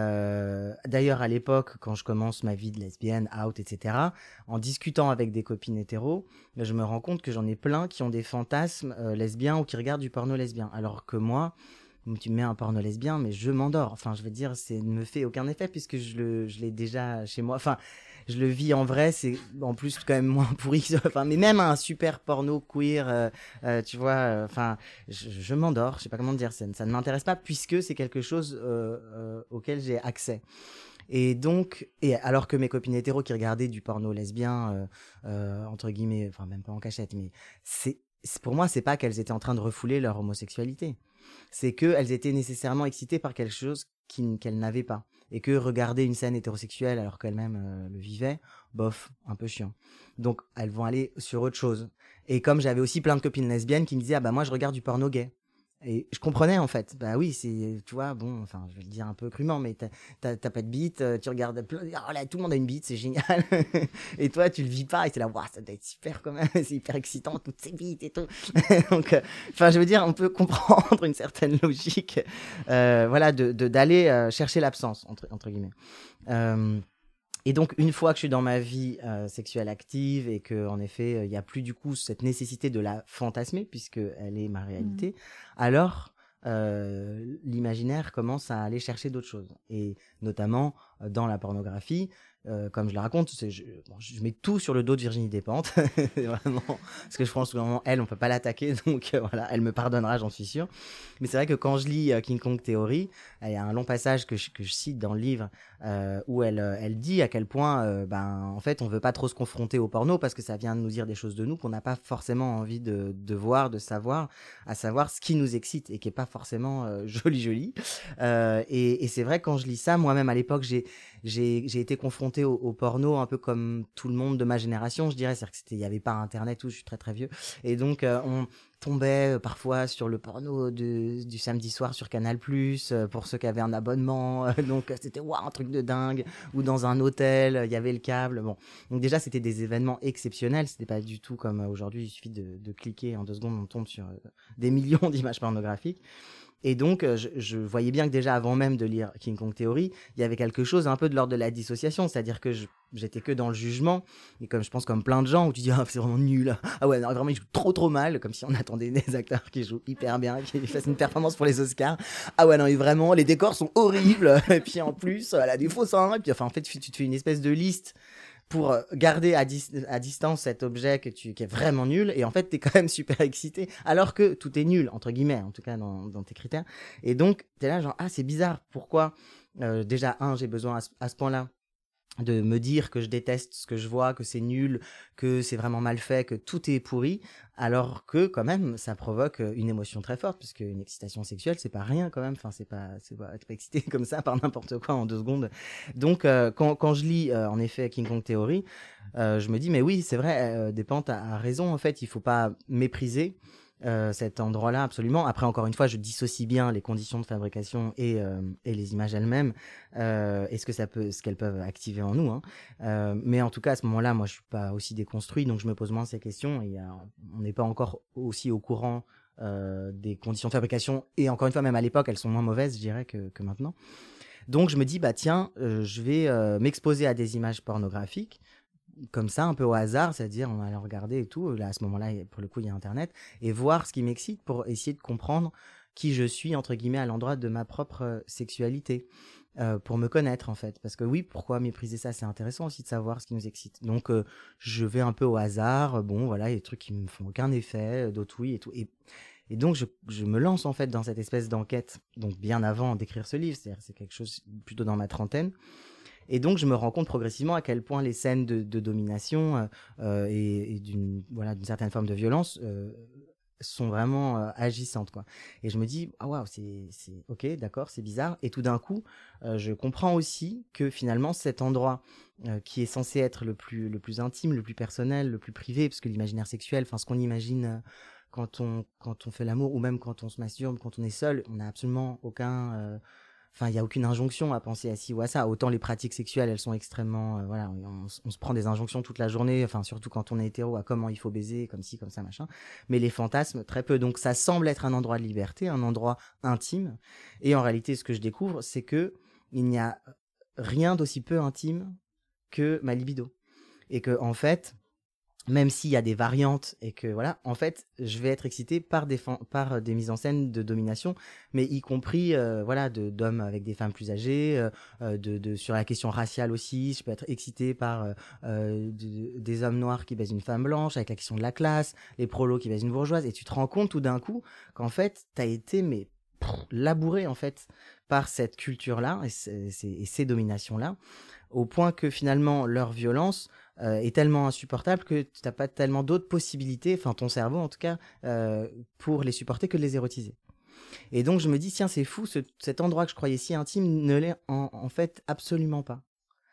euh, d'ailleurs à l'époque, quand je commence ma vie de lesbienne, out, et cetera, en discutant avec des copines hétéros, je me rends compte que j'en ai plein qui ont des fantasmes euh, lesbiens ou qui regardent du porno lesbien. Alors que moi, tu me mets un porno lesbien, mais je m'endors. Enfin, je veux dire, c'est ne me fait aucun effet puisque je le, je l'ai déjà chez moi. Enfin, je le vis en vrai. C'est en plus quand même moins pourri. Enfin, mais même un super porno queer, euh, euh, tu vois. Euh, enfin, je, je m'endors. Je sais pas comment dire. Ça, ça ne m'intéresse pas puisque c'est quelque chose euh, euh, auquel j'ai accès. Et donc, et alors que mes copines hétéros qui regardaient du porno lesbien, euh, euh, entre guillemets, enfin même pas en cachette, mais c'est, c'est pour moi, c'est pas qu'elles étaient en train de refouler leur homosexualité. C'est qu'elles étaient nécessairement excitées par quelque chose qui, qu'elles n'avaient pas. Et que regarder une scène hétérosexuelle alors qu'elles-mêmes euh, le vivaient, bof, un peu chiant. Donc, elles vont aller sur autre chose. Et comme j'avais aussi plein de copines lesbiennes qui me disaient « Ah bah moi, je regarde du porno gay ». Et je comprenais en fait, bah oui, c'est, tu vois, bon, enfin, je vais le dire un peu crûment, mais t'as, t'as, t'as pas de bite, tu regardes, oh là, tout le monde a une bite, c'est génial. Et toi, tu le vis pas, et t'es là, waouh, ça doit être super quand même, c'est hyper excitant, toutes ces bites et tout. Donc, enfin, euh, je veux dire, on peut comprendre une certaine logique, euh, voilà, de, de, d'aller euh, chercher l'absence, entre, entre guillemets. Euh, Et donc, une fois que je suis dans ma vie euh, sexuelle active et qu'en effet, il euh, n'y a plus du coup cette nécessité de la fantasmer, puisqu'elle est ma réalité, mmh. alors euh, l'imaginaire commence à aller chercher d'autres choses. Et notamment, euh, dans la pornographie, euh, comme je le raconte, c'est, je, bon, je mets tout sur le dos de Virginie Despentes. Vraiment, parce que je pense que vraiment, elle, on ne peut pas l'attaquer, donc euh, voilà, elle me pardonnera, j'en suis sûr. Mais c'est vrai que quand je lis euh, King Kong Theory, il y a un long passage que je, que je cite dans le livre euh, où elle, elle dit à quel point, euh, ben, en fait, on ne veut pas trop se confronter au porno parce que ça vient de nous dire des choses de nous qu'on n'a pas forcément envie de, de voir, de savoir, à savoir ce qui nous excite et qui n'est pas forcément euh, joli, joli. Euh, et, et c'est vrai, quand je lis ça, moi-même à l'époque, j'ai, j'ai, j'ai été confrontée Au, au porno un peu comme tout le monde de ma génération, je dirais, c'est-à-dire qu'il n'y avait pas internet, tout, je suis très très vieux, et donc euh, on tombait euh, parfois sur le porno de, du samedi soir sur Canal plus, euh, pour ceux qui avaient un abonnement, euh, donc euh, c'était waouh, un truc de dingue, ou dans un hôtel, il euh, y avait le câble, bon, donc déjà c'était des événements exceptionnels, c'était pas du tout comme euh, aujourd'hui, il suffit de, de cliquer, en deux secondes on tombe sur euh, des millions d'images pornographiques. Et donc, je, je voyais bien que déjà avant même de lire King Kong Theory, il y avait quelque chose un peu de l'ordre de la dissociation, c'est-à-dire que je, j'étais que dans le jugement, et comme je pense comme plein de gens, où tu dis « Ah, c'est vraiment nul, ah ouais, non, vraiment, il joue trop trop mal », comme si on attendait des acteurs qui jouent hyper bien, qui fassent une performance pour les Oscars. « Ah ouais, non, et vraiment, les décors sont horribles, et puis en plus, elle a des faux seins, et puis enfin, en fait, tu te fais une espèce de liste pour garder à, dis- à distance cet objet que tu, qui est vraiment nul, et en fait, t'es quand même super excité, alors que tout est nul, entre guillemets, en tout cas dans, dans tes critères. Et donc, t'es là genre, ah, c'est bizarre, pourquoi euh, déjà, un, j'ai besoin à ce, à ce point-là de me dire que je déteste ce que je vois, que c'est nul, que c'est vraiment mal fait, que tout est pourri, alors que quand même ça provoque une émotion très forte, parce qu'une excitation sexuelle c'est pas rien quand même, enfin c'est pas, c'est pas être excité comme ça par n'importe quoi en deux secondes. Donc euh, quand, quand je lis euh, en effet King Kong Theory, euh, je me dis mais oui c'est vrai, euh, Despentes a, a raison en fait, il faut pas mépriser Euh, cet endroit-là, absolument. Après, encore une fois, je dissocie bien les conditions de fabrication et, euh, et les images elles-mêmes, euh, et ce que ça peut, ce qu'elles peuvent activer en nous. Hein. Euh, mais en tout cas, à ce moment-là, moi, je suis pas aussi déconstruit, donc je me pose moins ces questions. Et euh, on n'est pas encore aussi au courant euh, des conditions de fabrication. Et encore une fois, même à l'époque, elles sont moins mauvaises, je dirais, que, que maintenant. Donc, je me dis, bah tiens, euh, je vais euh, m'exposer à des images pornographiques, comme ça, un peu au hasard, c'est-à-dire on allait regarder et tout, là à ce moment-là, pour le coup, il y a Internet, et voir ce qui m'excite pour essayer de comprendre qui je suis, entre guillemets, à l'endroit de ma propre sexualité, euh, pour me connaître, en fait. Parce que oui, pourquoi mépriser ça? C'est intéressant aussi de savoir ce qui nous excite. Donc, euh, je vais un peu au hasard, bon, voilà, il y a des trucs qui me font aucun effet, d'autres oui, et tout. Et, et donc, je, je me lance, en fait, dans cette espèce d'enquête, donc bien avant d'écrire ce livre, c'est-à-dire c'est quelque chose plutôt dans ma trentaine. Et donc, je me rends compte progressivement à quel point les scènes de, de domination euh, et, et d'une, voilà, d'une certaine forme de violence euh, sont vraiment euh, agissantes, quoi. Et je me dis, ah waouh, c'est, c'est ok, d'accord, c'est bizarre. Et tout d'un coup, euh, je comprends aussi que finalement, cet endroit euh, qui est censé être le plus, le plus intime, le plus personnel, le plus privé, parce que l'imaginaire sexuel, enfin, ce qu'on imagine euh, quand on, quand on fait l'amour, ou même quand on se masturbe, quand on est seul, on n'a absolument aucun... Euh, Enfin, il n'y a aucune injonction à penser à ci ou à ça. Autant les pratiques sexuelles, elles sont extrêmement... Euh, voilà, on, on se prend des injonctions toute la journée, enfin, surtout quand on est hétéro, à comment il faut baiser, comme ci, comme ça, machin. Mais les fantasmes, très peu. Donc, ça semble être un endroit de liberté, un endroit intime. Et en réalité, ce que je découvre, c'est que il n'y a rien d'aussi peu intime que ma libido. Et que, en fait... même s'il y a des variantes et que voilà, en fait, je vais être excité par des fa- par des mises en scène de domination, mais y compris euh, voilà, de d'hommes avec des femmes plus âgées, euh, de de sur la question raciale aussi, je peux être excité par euh, de, des hommes noirs qui baisent une femme blanche, avec la question de la classe, les prolos qui baisent une bourgeoise, et tu te rends compte tout d'un coup qu'en fait, t'as été mais pff, labouré en fait par cette culture-là et, c'est, c'est, et ces dominations-là, au point que finalement leur violence euh, est tellement insupportable que tu n'as pas tellement d'autres possibilités, enfin ton cerveau en tout cas, euh, pour les supporter que de les érotiser. Et donc je me dis, tiens, c'est fou, ce, cet endroit que je croyais si intime ne l'est en, en fait absolument pas.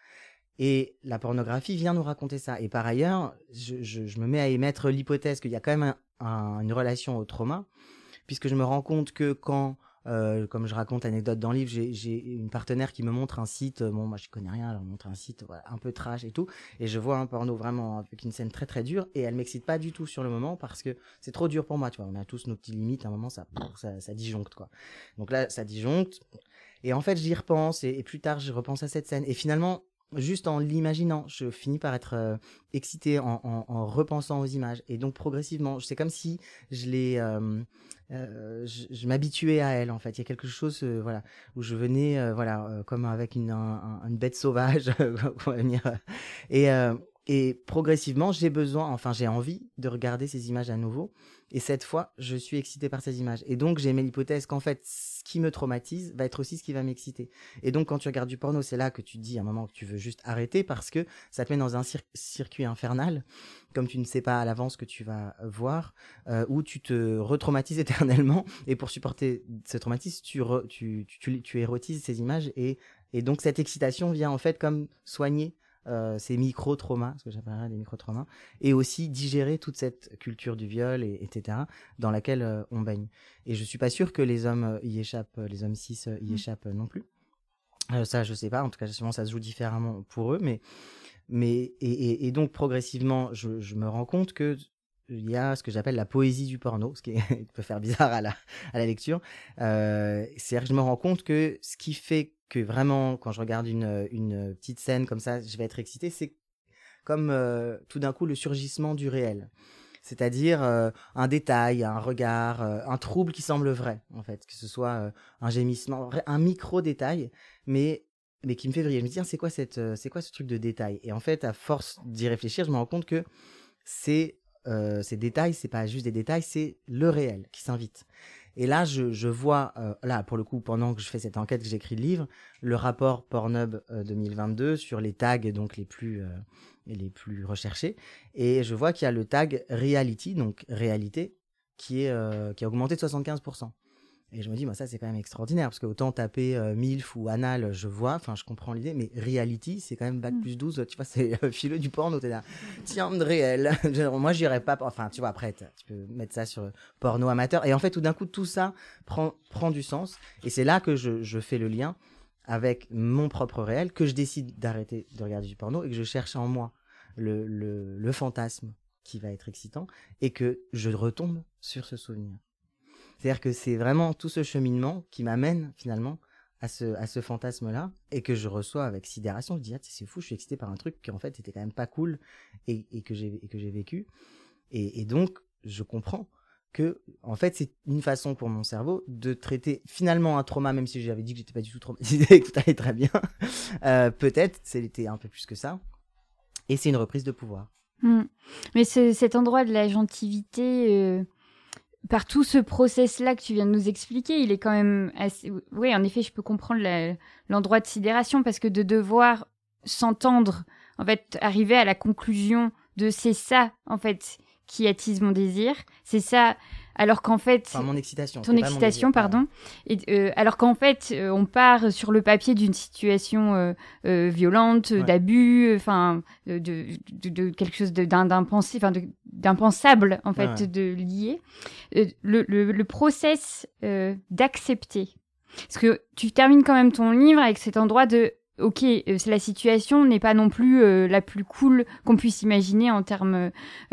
Et la pornographie vient nous raconter ça. Et par ailleurs, je, je, je me mets à émettre l'hypothèse qu'il y a quand même un, un, une relation au trauma, puisque je me rends compte que quand, euh, comme je raconte anecdote dans le livre, j'ai, j'ai une partenaire qui me montre un site, bon moi je connais rien, elle me montre un site voilà, un peu trash et tout, et je vois un porno vraiment avec une scène très très dure, et elle m'excite pas du tout sur le moment, parce que c'est trop dur pour moi, tu vois, on a tous nos petites limites, à un moment ça, ça, ça disjoncte quoi. Donc là ça disjoncte, et en fait j'y repense, et, et plus tard je repense à cette scène, et finalement, juste en l'imaginant, je finis par être euh, excité en, en, en repensant aux images. Et donc, progressivement, c'est comme si je les, euh, euh, je, je m'habituais à elle, en fait. Il y a quelque chose, euh, voilà, où je venais, euh, voilà, euh, comme avec une, un, une bête sauvage, on va dire. Et, euh, et progressivement, j'ai besoin, enfin, j'ai envie de regarder ces images à nouveau. Et cette fois, je suis excité par ces images. Et donc, j'ai mis l'hypothèse qu'en fait, ce qui me traumatise va être aussi ce qui va m'exciter. Et donc, quand tu regardes du porno, c'est là que tu te dis à un moment que tu veux juste arrêter, parce que ça te met dans un cir- circuit infernal, comme tu ne sais pas à l'avance ce que tu vas voir, euh, où tu te retraumatises éternellement. Et pour supporter ce traumatisme, tu, re- tu, tu, tu, tu érotises ces images. Et, et donc, cette excitation vient en fait comme soigner Euh, ces micro-traumas, ce que j'appellerais des micro-traumas, et aussi digérer toute cette culture du viol, et, etc., dans laquelle euh, on baigne. Et je suis pas sûr que les hommes euh, y échappent, les hommes cis euh, y mmh. échappent euh, non plus. Euh, ça, je sais pas, en tout cas, sûrement ça se joue différemment pour eux, mais, mais et, et, et donc, progressivement, je, je me rends compte que il y a ce que j'appelle la poésie du porno, ce qui est, peut faire bizarre à la, à la lecture. Euh, c'est-à-dire que je me rends compte que ce qui fait que vraiment, quand je regarde une, une petite scène comme ça, je vais être excité, c'est comme euh, tout d'un coup le surgissement du réel. C'est-à-dire euh, un détail, un regard, euh, un trouble qui semble vrai, en fait. Que ce soit euh, un gémissement, un micro-détail, mais, mais qui me fait vriller. Je me dis, tiens, c'est quoi, cette, c'est quoi ce truc de détail ? Et en fait, à force d'y réfléchir, je me rends compte que c'est, euh, ces détails, c'est pas juste des détails, c'est le réel qui s'invite. Et là, je, je vois, euh, là, pour le coup, pendant que je fais cette enquête, que j'écris le livre, le rapport Pornhub euh, deux mille vingt-deux sur les tags donc les plus, euh, les plus recherchés. Et je vois qu'il y a le tag reality, donc réalité, qui, est, euh, qui a augmenté de soixante-quinze pour cent. Et je me dis, bah, ça, c'est quand même extraordinaire, parce que autant taper euh, MILF ou anal, je vois, enfin, je comprends l'idée, mais reality, c'est quand même bac plus douze, tu vois, c'est euh, philo du porno, t'es là, tiens, réel. Moi, j'irais pas, enfin, tu vois, après, tu peux mettre ça sur porno amateur. Et en fait, tout d'un coup, tout ça prend, prend du sens. Et c'est là que je, je fais le lien avec mon propre réel, que je décide d'arrêter de regarder du porno et que je cherche en moi le, le, le fantasme qui va être excitant et que je retombe sur ce souvenir. C'est-à-dire que c'est vraiment tout ce cheminement qui m'amène finalement à ce, à ce fantasme-là et que je reçois avec sidération. Je dis, ah, c'est fou, je suis excité par un truc qui en fait était quand même pas cool et, et, que, j'ai, et que j'ai vécu. Et, et donc, je comprends que en fait, c'est une façon pour mon cerveau de traiter finalement un trauma, même si j'avais dit que j'étais pas du tout traumatisé et que tout allait très bien. Euh, peut-être, c'était un peu plus que ça. Et c'est une reprise de pouvoir. Mmh. Mais ce, cet endroit de l'agentivité... Euh... Par tout ce process-là que tu viens de nous expliquer, il est quand même assez... Oui, en effet, je peux comprendre la, l'endroit de sidération, parce que de devoir s'entendre, en fait, arriver à la conclusion de c'est ça, en fait, qui attise mon désir, c'est ça, alors qu'en fait... Enfin, mon excitation. Ton excitation, pardon. Et, euh, alors qu'en fait, euh, on part sur le papier d'une situation euh, euh, violente, ouais. d'abus, enfin, de, de, de, de quelque chose de, d'un, d'impensé, enfin, de, d'impensable, en fait, ouais, ouais. de lié. Euh, le, le, le process euh, d'accepter. Parce que tu termines quand même ton livre avec cet endroit de... Ok, euh, la situation n'est pas non plus euh, la plus cool qu'on puisse imaginer en termes euh,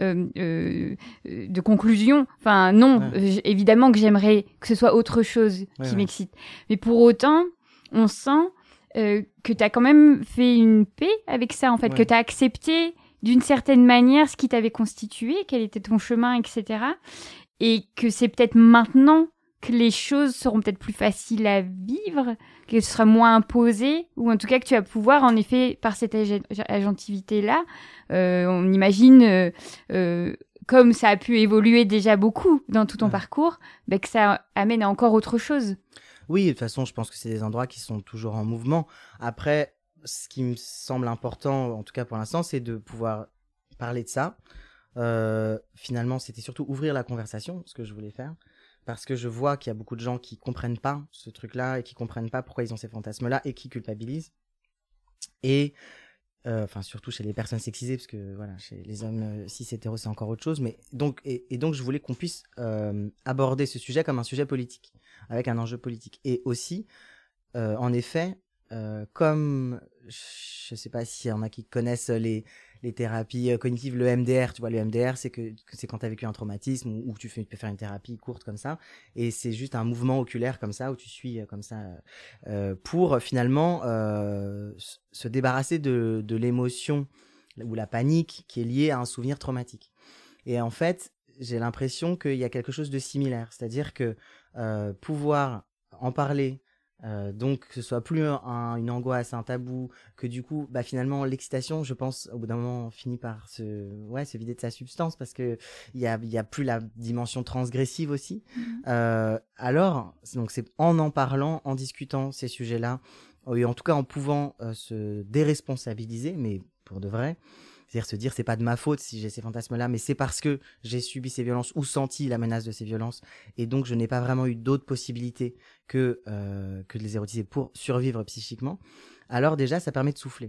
euh, de conclusion. Enfin, non, ouais. euh, évidemment que j'aimerais que ce soit autre chose qui ouais, m'excite. Ouais. Mais pour autant, on sent euh, que tu as quand même fait une paix avec ça, en fait, ouais. que tu as accepté d'une certaine manière ce qui t'avait constitué, quel était ton chemin, et cetera. Et que c'est peut-être maintenant que les choses seront peut-être plus faciles à vivre, que ce sera moins imposé, ou en tout cas que tu vas pouvoir, en effet, par cette ag- agentivité-là, euh, on imagine, euh, euh, comme ça a pu évoluer déjà beaucoup dans tout ton ouais. parcours, bah, que ça amène à encore autre chose. Oui, de toute façon, je pense que c'est des endroits qui sont toujours en mouvement. Après, ce qui me semble important, en tout cas pour l'instant, c'est de pouvoir parler de ça. Euh, finalement, c'était surtout ouvrir la conversation, ce que je voulais faire. Parce que je vois qu'il y a beaucoup de gens qui comprennent pas ce truc-là et qui comprennent pas pourquoi ils ont ces fantasmes-là et qui culpabilisent. Et euh, enfin surtout chez les personnes sexisées, parce que voilà, chez les hommes euh, cis hétéros c'est encore autre chose. Mais donc et, et donc je voulais qu'on puisse euh, aborder ce sujet comme un sujet politique, avec un enjeu politique. Et aussi, euh, en effet, euh, comme je sais pas s'il y en a qui connaissent les les thérapies euh, cognitives, le M D R, tu vois, le M D R, c'est que, que c'est quand tu as vécu un traumatisme ou, ou tu, fais, tu peux faire une thérapie courte comme ça, et c'est juste un mouvement oculaire comme ça, où tu suis euh, comme ça, euh, pour finalement euh, se débarrasser de, de l'émotion ou la panique qui est liée à un souvenir traumatique. Et en fait, j'ai l'impression qu'il y a quelque chose de similaire, c'est-à-dire que euh, pouvoir en parler, Euh, donc que ce soit plus un, une angoisse, un tabou, que du coup bah finalement l'excitation, je pense au bout d'un moment finit par se ouais se vider de sa substance, parce que il y a il y a plus la dimension transgressive aussi. Mmh. Euh, alors donc c'est en en parlant, en discutant ces sujets-là, et en tout cas en pouvant euh, se déresponsabiliser, mais pour de vrai. C'est-à-dire se dire, c'est pas de ma faute si j'ai ces fantasmes-là, mais c'est parce que j'ai subi ces violences ou senti la menace de ces violences. Et donc, je n'ai pas vraiment eu d'autres possibilités que, euh, que de les érotiser pour survivre psychiquement. Alors déjà, ça permet de souffler.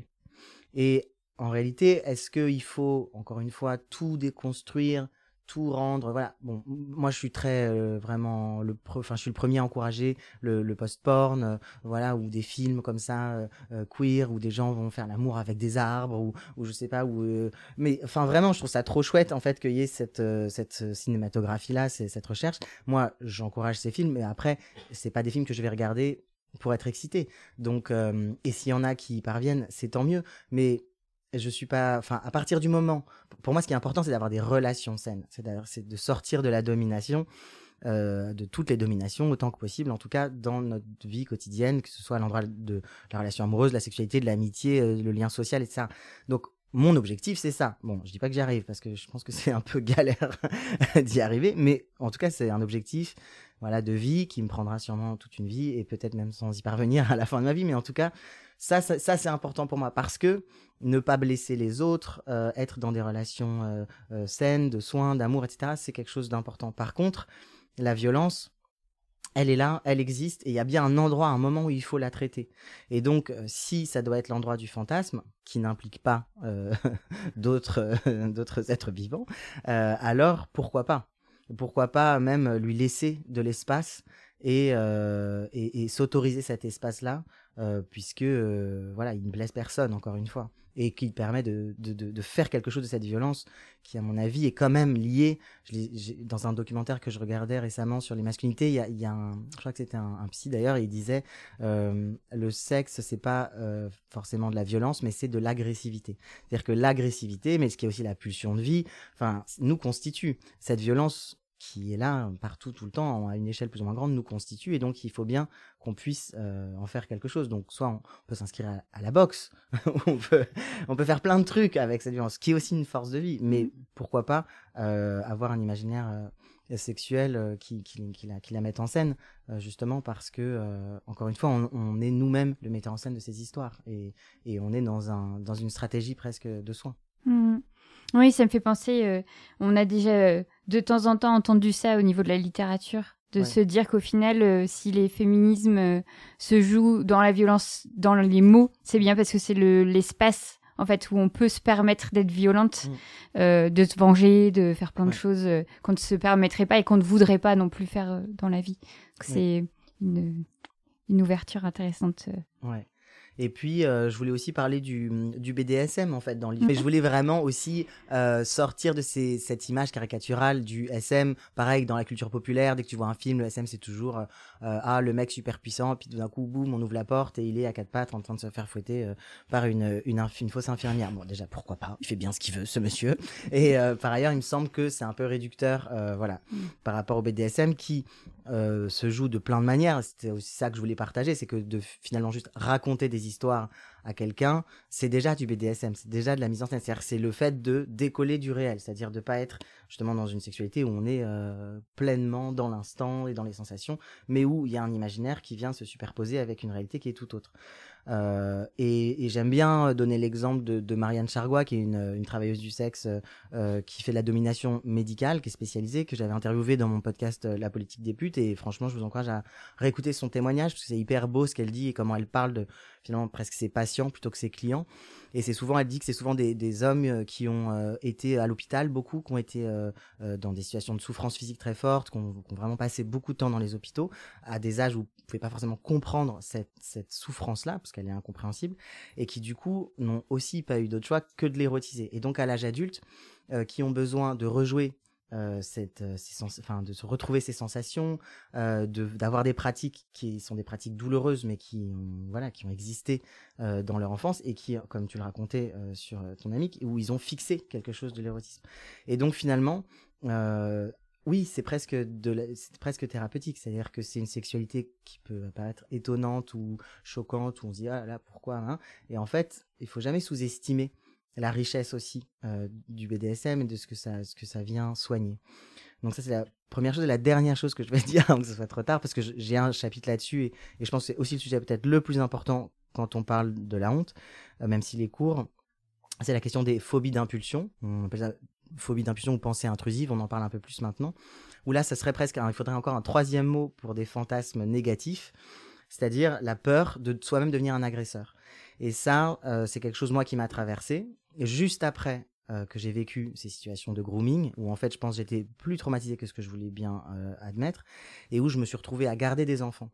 Et en réalité, est-ce qu'il faut, encore une fois, tout déconstruire, tout rendre, voilà. Bon, moi je suis très euh, vraiment le, pre... enfin je suis le premier à encourager le, le post-porn, euh, voilà, ou des films comme ça euh, euh, queer où des gens vont faire l'amour avec des arbres ou, ou je sais pas où. Euh... Mais enfin vraiment, je trouve ça trop chouette en fait qu'il y ait cette euh, cette cinématographie là, cette recherche. Moi, j'encourage ces films, mais après, c'est pas des films que je vais regarder pour être excité. Donc, euh, et s'il y en a qui y parviennent, c'est tant mieux. Mais je suis pas, enfin, à partir du moment, pour moi, ce qui est important, c'est d'avoir des relations saines, c'est, c'est de sortir de la domination, euh, de toutes les dominations autant que possible, en tout cas dans notre vie quotidienne, que ce soit à l'endroit de la relation amoureuse, de la sexualité, de l'amitié, euh, le lien social, et cetera. Donc, mon objectif, c'est ça. Bon, je dis pas que j'y arrive parce que je pense que c'est un peu galère d'y arriver, mais en tout cas, c'est un objectif, voilà, de vie qui me prendra sûrement toute une vie et peut-être même sans y parvenir à la fin de ma vie, mais en tout cas, ça, ça, ça c'est important pour moi parce que ne pas blesser les autres, euh, être dans des relations euh, euh, saines, de soins, d'amour, et cetera, c'est quelque chose d'important. Par contre, la violence, elle est là, elle existe, et il y a bien un endroit, un moment où il faut la traiter. Et donc, euh, si ça doit être l'endroit du fantasme, qui n'implique pas euh, d'autres, euh, d'autres êtres vivants, euh, alors pourquoi pas ? Pourquoi pas même lui laisser de l'espace et, euh, et, et s'autoriser cet espace-là, euh, puisque euh, voilà, il ne blesse personne, encore une fois, et qui permet de, de, de, de faire quelque chose de cette violence qui, à mon avis, est quand même liée. Je l'ai, j'ai, dans un documentaire que je regardais récemment sur les masculinités, il y a, il y a un, je crois que c'était un, un psy d'ailleurs, et il disait euh, le sexe, c'est pas euh, forcément de la violence, mais c'est de l'agressivité. C'est-à-dire que l'agressivité, mais ce qui est aussi la pulsion de vie, enfin, nous constitue cette violence qui est là partout, tout le temps, à une échelle plus ou moins grande, nous constitue, et donc il faut bien qu'on puisse euh, en faire quelque chose. Donc soit on peut s'inscrire à, à la boxe, on, peut, on peut faire plein de trucs avec cette violence, qui est aussi une force de vie, mais pourquoi pas euh, avoir un imaginaire euh, sexuel euh, qui, qui, qui, la, qui la mette en scène, euh, justement parce que, euh, encore une fois, on, on est nous-mêmes le metteur en scène de ces histoires, et, et on est dans, un, dans une stratégie presque de soin. Mmh. Oui, ça me fait penser, euh, on a déjà euh, de temps en temps entendu ça au niveau de la littérature, de ouais. se dire qu'au final, euh, si les féminismes euh, se jouent dans la violence, dans les mots, c'est bien parce que c'est le, l'espace en fait, où on peut se permettre d'être violente, mmh. euh, de se venger, de faire plein ouais. de choses euh, qu'on ne se permettrait pas et qu'on ne voudrait pas non plus faire euh, dans la vie. Donc, ouais. c'est une, une ouverture intéressante. Euh. Ouais. Et puis, euh, je voulais aussi parler du, du B D S M, en fait, dans le livre. Mais je voulais vraiment aussi euh, sortir de ces, cette image caricaturale du S M. Pareil, dans la culture populaire, dès que tu vois un film, le S M, c'est toujours euh, ah, le mec super puissant, puis tout d'un coup, boum, on ouvre la porte et il est à quatre pattes en train de se faire fouetter euh, par une, une, une, une fausse infirmière. Bon, déjà, pourquoi pas ? Il fait bien ce qu'il veut, ce monsieur. Et euh, par ailleurs, il me semble que c'est un peu réducteur, euh, voilà, mm. par rapport au B D S M qui euh, se joue de plein de manières. C'était aussi ça que je voulais partager, c'est que de finalement juste raconter des histoires à quelqu'un, c'est déjà du B D S M, c'est déjà de la mise en scène. C'est-à-dire que c'est le fait de décoller du réel, c'est-à-dire de pas être justement dans une sexualité où on est euh, pleinement dans l'instant et dans les sensations, mais où il y a un imaginaire qui vient se superposer avec une réalité qui est tout autre. Euh, et, et j'aime bien donner l'exemple de, de Marianne Chargois, qui est une, une travailleuse du sexe euh, qui fait de la domination médicale, qui est spécialisée, que j'avais interviewée dans mon podcast euh, La politique des putes. Et franchement, je vous encourage à réécouter son témoignage, parce que c'est hyper beau ce qu'elle dit et comment elle parle de finalement presque ses patients plutôt que ses clients. Et c'est souvent, elle dit que c'est souvent des, des hommes qui ont euh, été à l'hôpital, beaucoup, qui ont été euh, euh, dans des situations de souffrance physique très fortes, qui ont, qui ont vraiment passé beaucoup de temps dans les hôpitaux, à des âges où vous pouvez pas forcément comprendre cette, cette souffrance-là, parce qu'elle est incompréhensible, et qui du coup n'ont aussi pas eu d'autre choix que de l'érotiser. Et donc à l'âge adulte, euh, qui ont besoin de rejouer Euh, cette, euh, ces sens- enfin, de se retrouver ces sensations, euh, de, d'avoir des pratiques qui sont des pratiques douloureuses, mais qui ont, voilà, qui ont existé euh, dans leur enfance et qui, comme tu le racontais euh, sur ton ami, où ils ont fixé quelque chose de l'érotisme. Et donc finalement, euh, oui, c'est presque de la, c'est presque thérapeutique, c'est-à-dire que c'est une sexualité qui peut paraître étonnante ou choquante, où on se dit ah là pourquoi, hein, et en fait, il faut jamais sous-estimer la richesse aussi euh, du B D S M et de ce que ça, ce que ça vient soigner. Donc ça, c'est la première chose. Et la dernière chose que je vais dire, avant que ce soit trop tard, parce que j'ai un chapitre là-dessus, et, et je pense que c'est aussi le sujet peut-être le plus important quand on parle de la honte, euh, même s'il est court, c'est la question des phobies d'impulsion. On appelle ça phobie d'impulsion ou pensée intrusive, on en parle un peu plus maintenant, où là, ça serait presque, un, il faudrait encore un troisième mot pour des fantasmes négatifs, c'est-à-dire la peur de soi-même devenir un agresseur. Et ça, euh, c'est quelque chose, moi, qui m'a traversé. Et juste après euh, que j'ai vécu ces situations de grooming, où en fait, je pense que j'étais plus traumatisé que ce que je voulais bien euh, admettre, et où je me suis retrouvé à garder des enfants.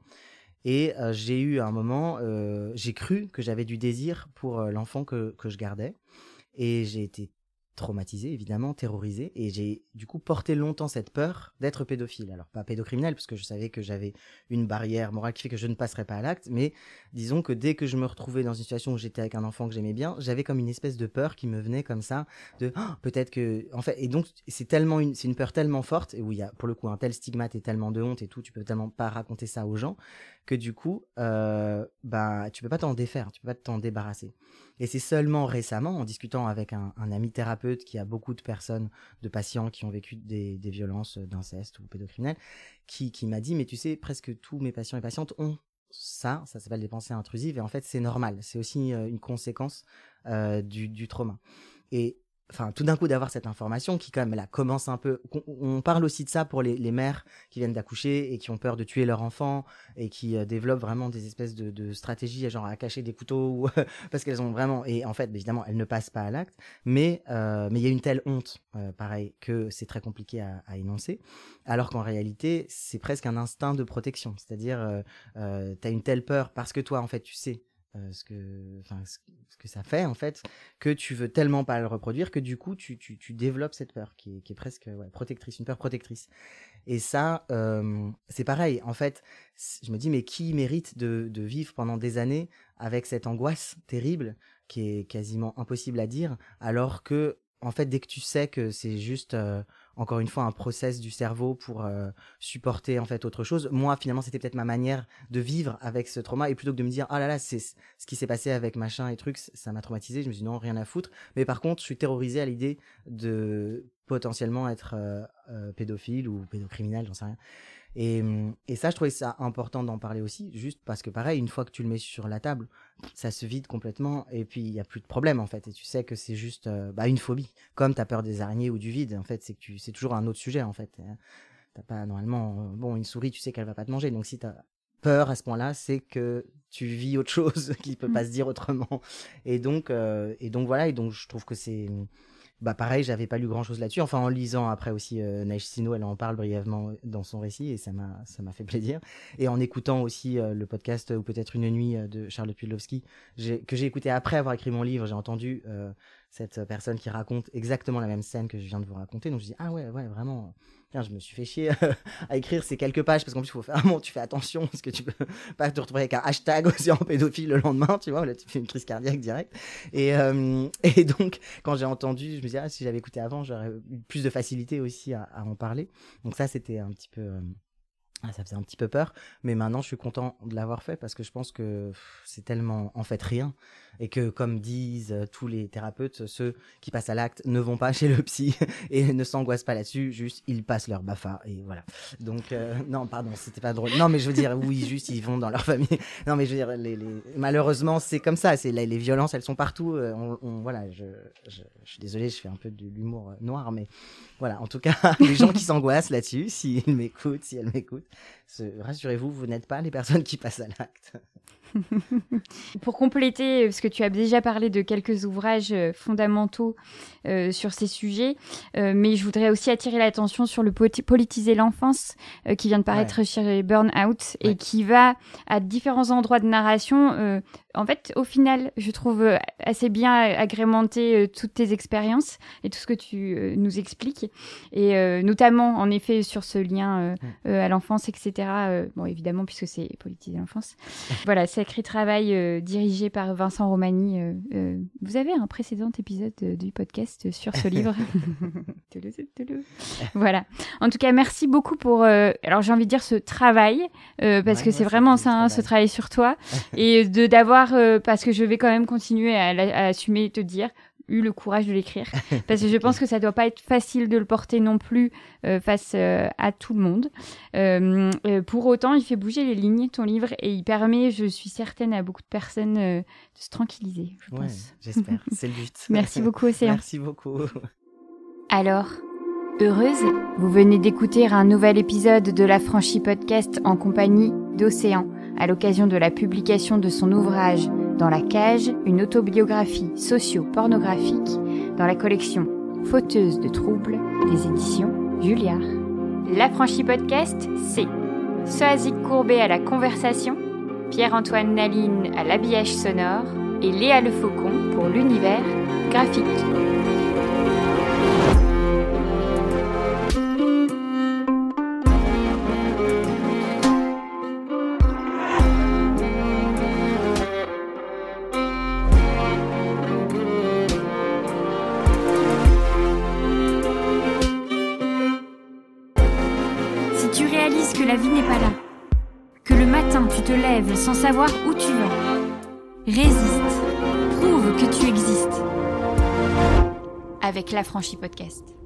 Et euh, j'ai eu un moment, euh, j'ai cru que j'avais du désir pour euh, l'enfant que, que je gardais. Et j'ai été traumatisé, évidemment, terrorisé, et j'ai du coup porté longtemps cette peur d'être pédophile. Alors pas pédocriminel, parce que je savais que j'avais une barrière morale qui fait que je ne passerais pas à l'acte, mais disons que dès que je me retrouvais dans une situation où j'étais avec un enfant que j'aimais bien, j'avais comme une espèce de peur qui me venait comme ça, de oh, peut-être que, en fait, et donc c'est tellement une, c'est une peur tellement forte, et où il y a pour le coup un tel stigmate et tellement de honte et tout, tu peux tellement pas raconter ça aux gens, que du coup, euh, bah tu peux pas t'en défaire, tu peux pas t'en débarrasser. Et c'est seulement récemment, en discutant avec un, un ami thérapeute qui a beaucoup de personnes, de patients qui ont vécu des, des violences d'inceste ou pédocriminels, qui, qui m'a dit, mais tu sais, presque tous mes patients et patientes ont ça, ça s'appelle des pensées intrusives, et en fait, c'est normal. C'est aussi euh, une conséquence euh, du, du trauma. Et enfin, tout d'un coup, d'avoir cette information qui, quand même, là, commence un peu... On, on parle aussi de ça pour les, les mères qui viennent d'accoucher et qui ont peur de tuer leur enfant et qui euh, développent vraiment des espèces de, de stratégies, genre à cacher des couteaux, ou, parce qu'elles ont vraiment... Et en fait, évidemment, elles ne passent pas à l'acte, mais euh, mais il y a une telle honte, euh, pareil, que c'est très compliqué à, à énoncer, alors qu'en réalité, c'est presque un instinct de protection. C'est-à-dire, euh, euh, t'as une telle peur parce que toi, en fait, tu sais... Euh, ce que enfin ce, ce que ça fait en fait, que tu veux tellement pas le reproduire que du coup tu tu tu développes cette peur qui est qui est presque ouais, protectrice, une peur protectrice. Et ça euh, c'est pareil en fait, je me dis mais qui mérite de de vivre pendant des années avec cette angoisse terrible qui est quasiment impossible à dire, alors que en fait dès que tu sais que c'est juste euh, encore une fois un process du cerveau pour euh, supporter en fait autre chose, moi finalement c'était peut-être ma manière de vivre avec ce trauma, et plutôt que de me dire ah là là c'est ce qui s'est passé avec machin et trucs, ça m'a traumatisé, je me dis non, rien à foutre, mais par contre je suis terrorisé à l'idée de potentiellement être euh, euh, pédophile ou pédocriminel, j'en sais rien. Et, et ça, je trouvais ça important d'en parler aussi, juste parce que pareil, une fois que tu le mets sur la table, ça se vide complètement, et puis il n'y a plus de problème en fait, et tu sais que c'est juste euh, bah, une phobie, comme t'as peur des araignées ou du vide, en fait, c'est que tu, c'est toujours un autre sujet en fait. T'as pas normalement, euh, bon, une souris, tu sais qu'elle va pas te manger, donc si t'as peur à ce point-là, c'est que tu vis autre chose qui peut pas se dire autrement. Et donc, euh, et donc voilà, et donc je trouve que c'est... Bah pareil, j'avais pas lu grand chose là-dessus. Enfin, en lisant après aussi euh, Neige Sino, elle en parle brièvement dans son récit, et ça m'a ça m'a fait plaisir. Et en écoutant aussi euh, le podcast euh, ou peut-être une nuit euh, de Charlotte Pudlowski, j'ai, que j'ai écouté après avoir écrit mon livre, j'ai entendu euh, cette personne qui raconte exactement la même scène que je viens de vous raconter. Donc je dis ah ouais ouais vraiment. Tiens, je me suis fait chier à écrire ces quelques pages, parce qu'en plus, il faut faire, bon, tu fais attention, parce que tu peux pas te retrouver avec un hashtag aussi en pédophile le lendemain, tu vois, là, tu fais une crise cardiaque direct. Et, euh, et donc, quand j'ai entendu, je me disais, ah, si j'avais écouté avant, j'aurais eu plus de facilité aussi à, à en parler. Donc ça, c'était un petit peu, euh, Ah, ça faisait un petit peu peur, mais maintenant je suis content de l'avoir fait parce que je pense que pff, c'est tellement en fait rien et que comme disent euh, tous les thérapeutes, ceux qui passent à l'acte ne vont pas chez le psy et ne s'angoissent pas là-dessus, juste ils passent leur B A F A et voilà. Donc euh, non pardon, c'était pas drôle. Non mais je veux dire oui, juste ils vont dans leur famille. Non mais je veux dire les, les... malheureusement c'est comme ça, c'est les, les violences elles sont partout. Euh, on, on, voilà, je, je, je suis désolée, je fais un peu de l'humour euh, noir, mais voilà, en tout cas les gens qui s'angoissent là-dessus, s'ils m'écoutent, si elles m'écoutent. Rassurez-vous, vous n'êtes pas les personnes qui passent à l'acte. Pour compléter, parce que tu as déjà parlé de quelques ouvrages fondamentaux euh, sur ces sujets, euh, mais je voudrais aussi attirer l'attention sur le Politiser l'enfance euh, qui vient de paraître ouais. chez Burnout ouais. et qui va à différents endroits de narration. Euh, en fait, au final, je trouve assez bien agrémenter euh, toutes tes expériences et tout ce que tu euh, nous expliques, et euh, notamment en effet sur ce lien euh, euh, à l'enfance, et cetera. Euh, bon, évidemment, puisque c'est Politiser l'enfance. Voilà, sacré travail euh, dirigé par Vincent Romani. Euh, euh, vous avez un précédent épisode euh, du podcast sur ce livre. Voilà. En tout cas, merci beaucoup pour, euh, alors j'ai envie de dire ce travail, euh, parce ouais, que c'est ouais, vraiment ça, hein, ce travail sur toi, et de d'avoir, euh, parce que je vais quand même continuer à, à assumer et te dire, eu le courage de l'écrire, parce que je pense que ça doit pas être facile de le porter non plus euh, face euh, à tout le monde. Euh, euh, pour autant, il fait bouger les lignes, ton livre, et il permet, je suis certaine, à beaucoup de personnes euh, de se tranquilliser, je ouais, pense. J'espère, c'est le but. Merci beaucoup, Océan. Merci beaucoup. Alors, heureuse, vous venez d'écouter un nouvel épisode de l'Affranchi Podcast en compagnie d'Océan, à l'occasion de la publication de son ouvrage Dans la cage, une autobiographie socio-pornographique dans la collection Fauteuse de troubles des éditions Julliard. L'Affranchi Podcast, c'est Soazic Courbet à la conversation, Pierre-Antoine Naline à l'habillage sonore et Léa Le Faucon pour l'univers graphique. Que la vie n'est pas là, que le matin tu te lèves sans savoir où tu vas. Résiste, prouve que tu existes. Avec l'Affranchi Podcast.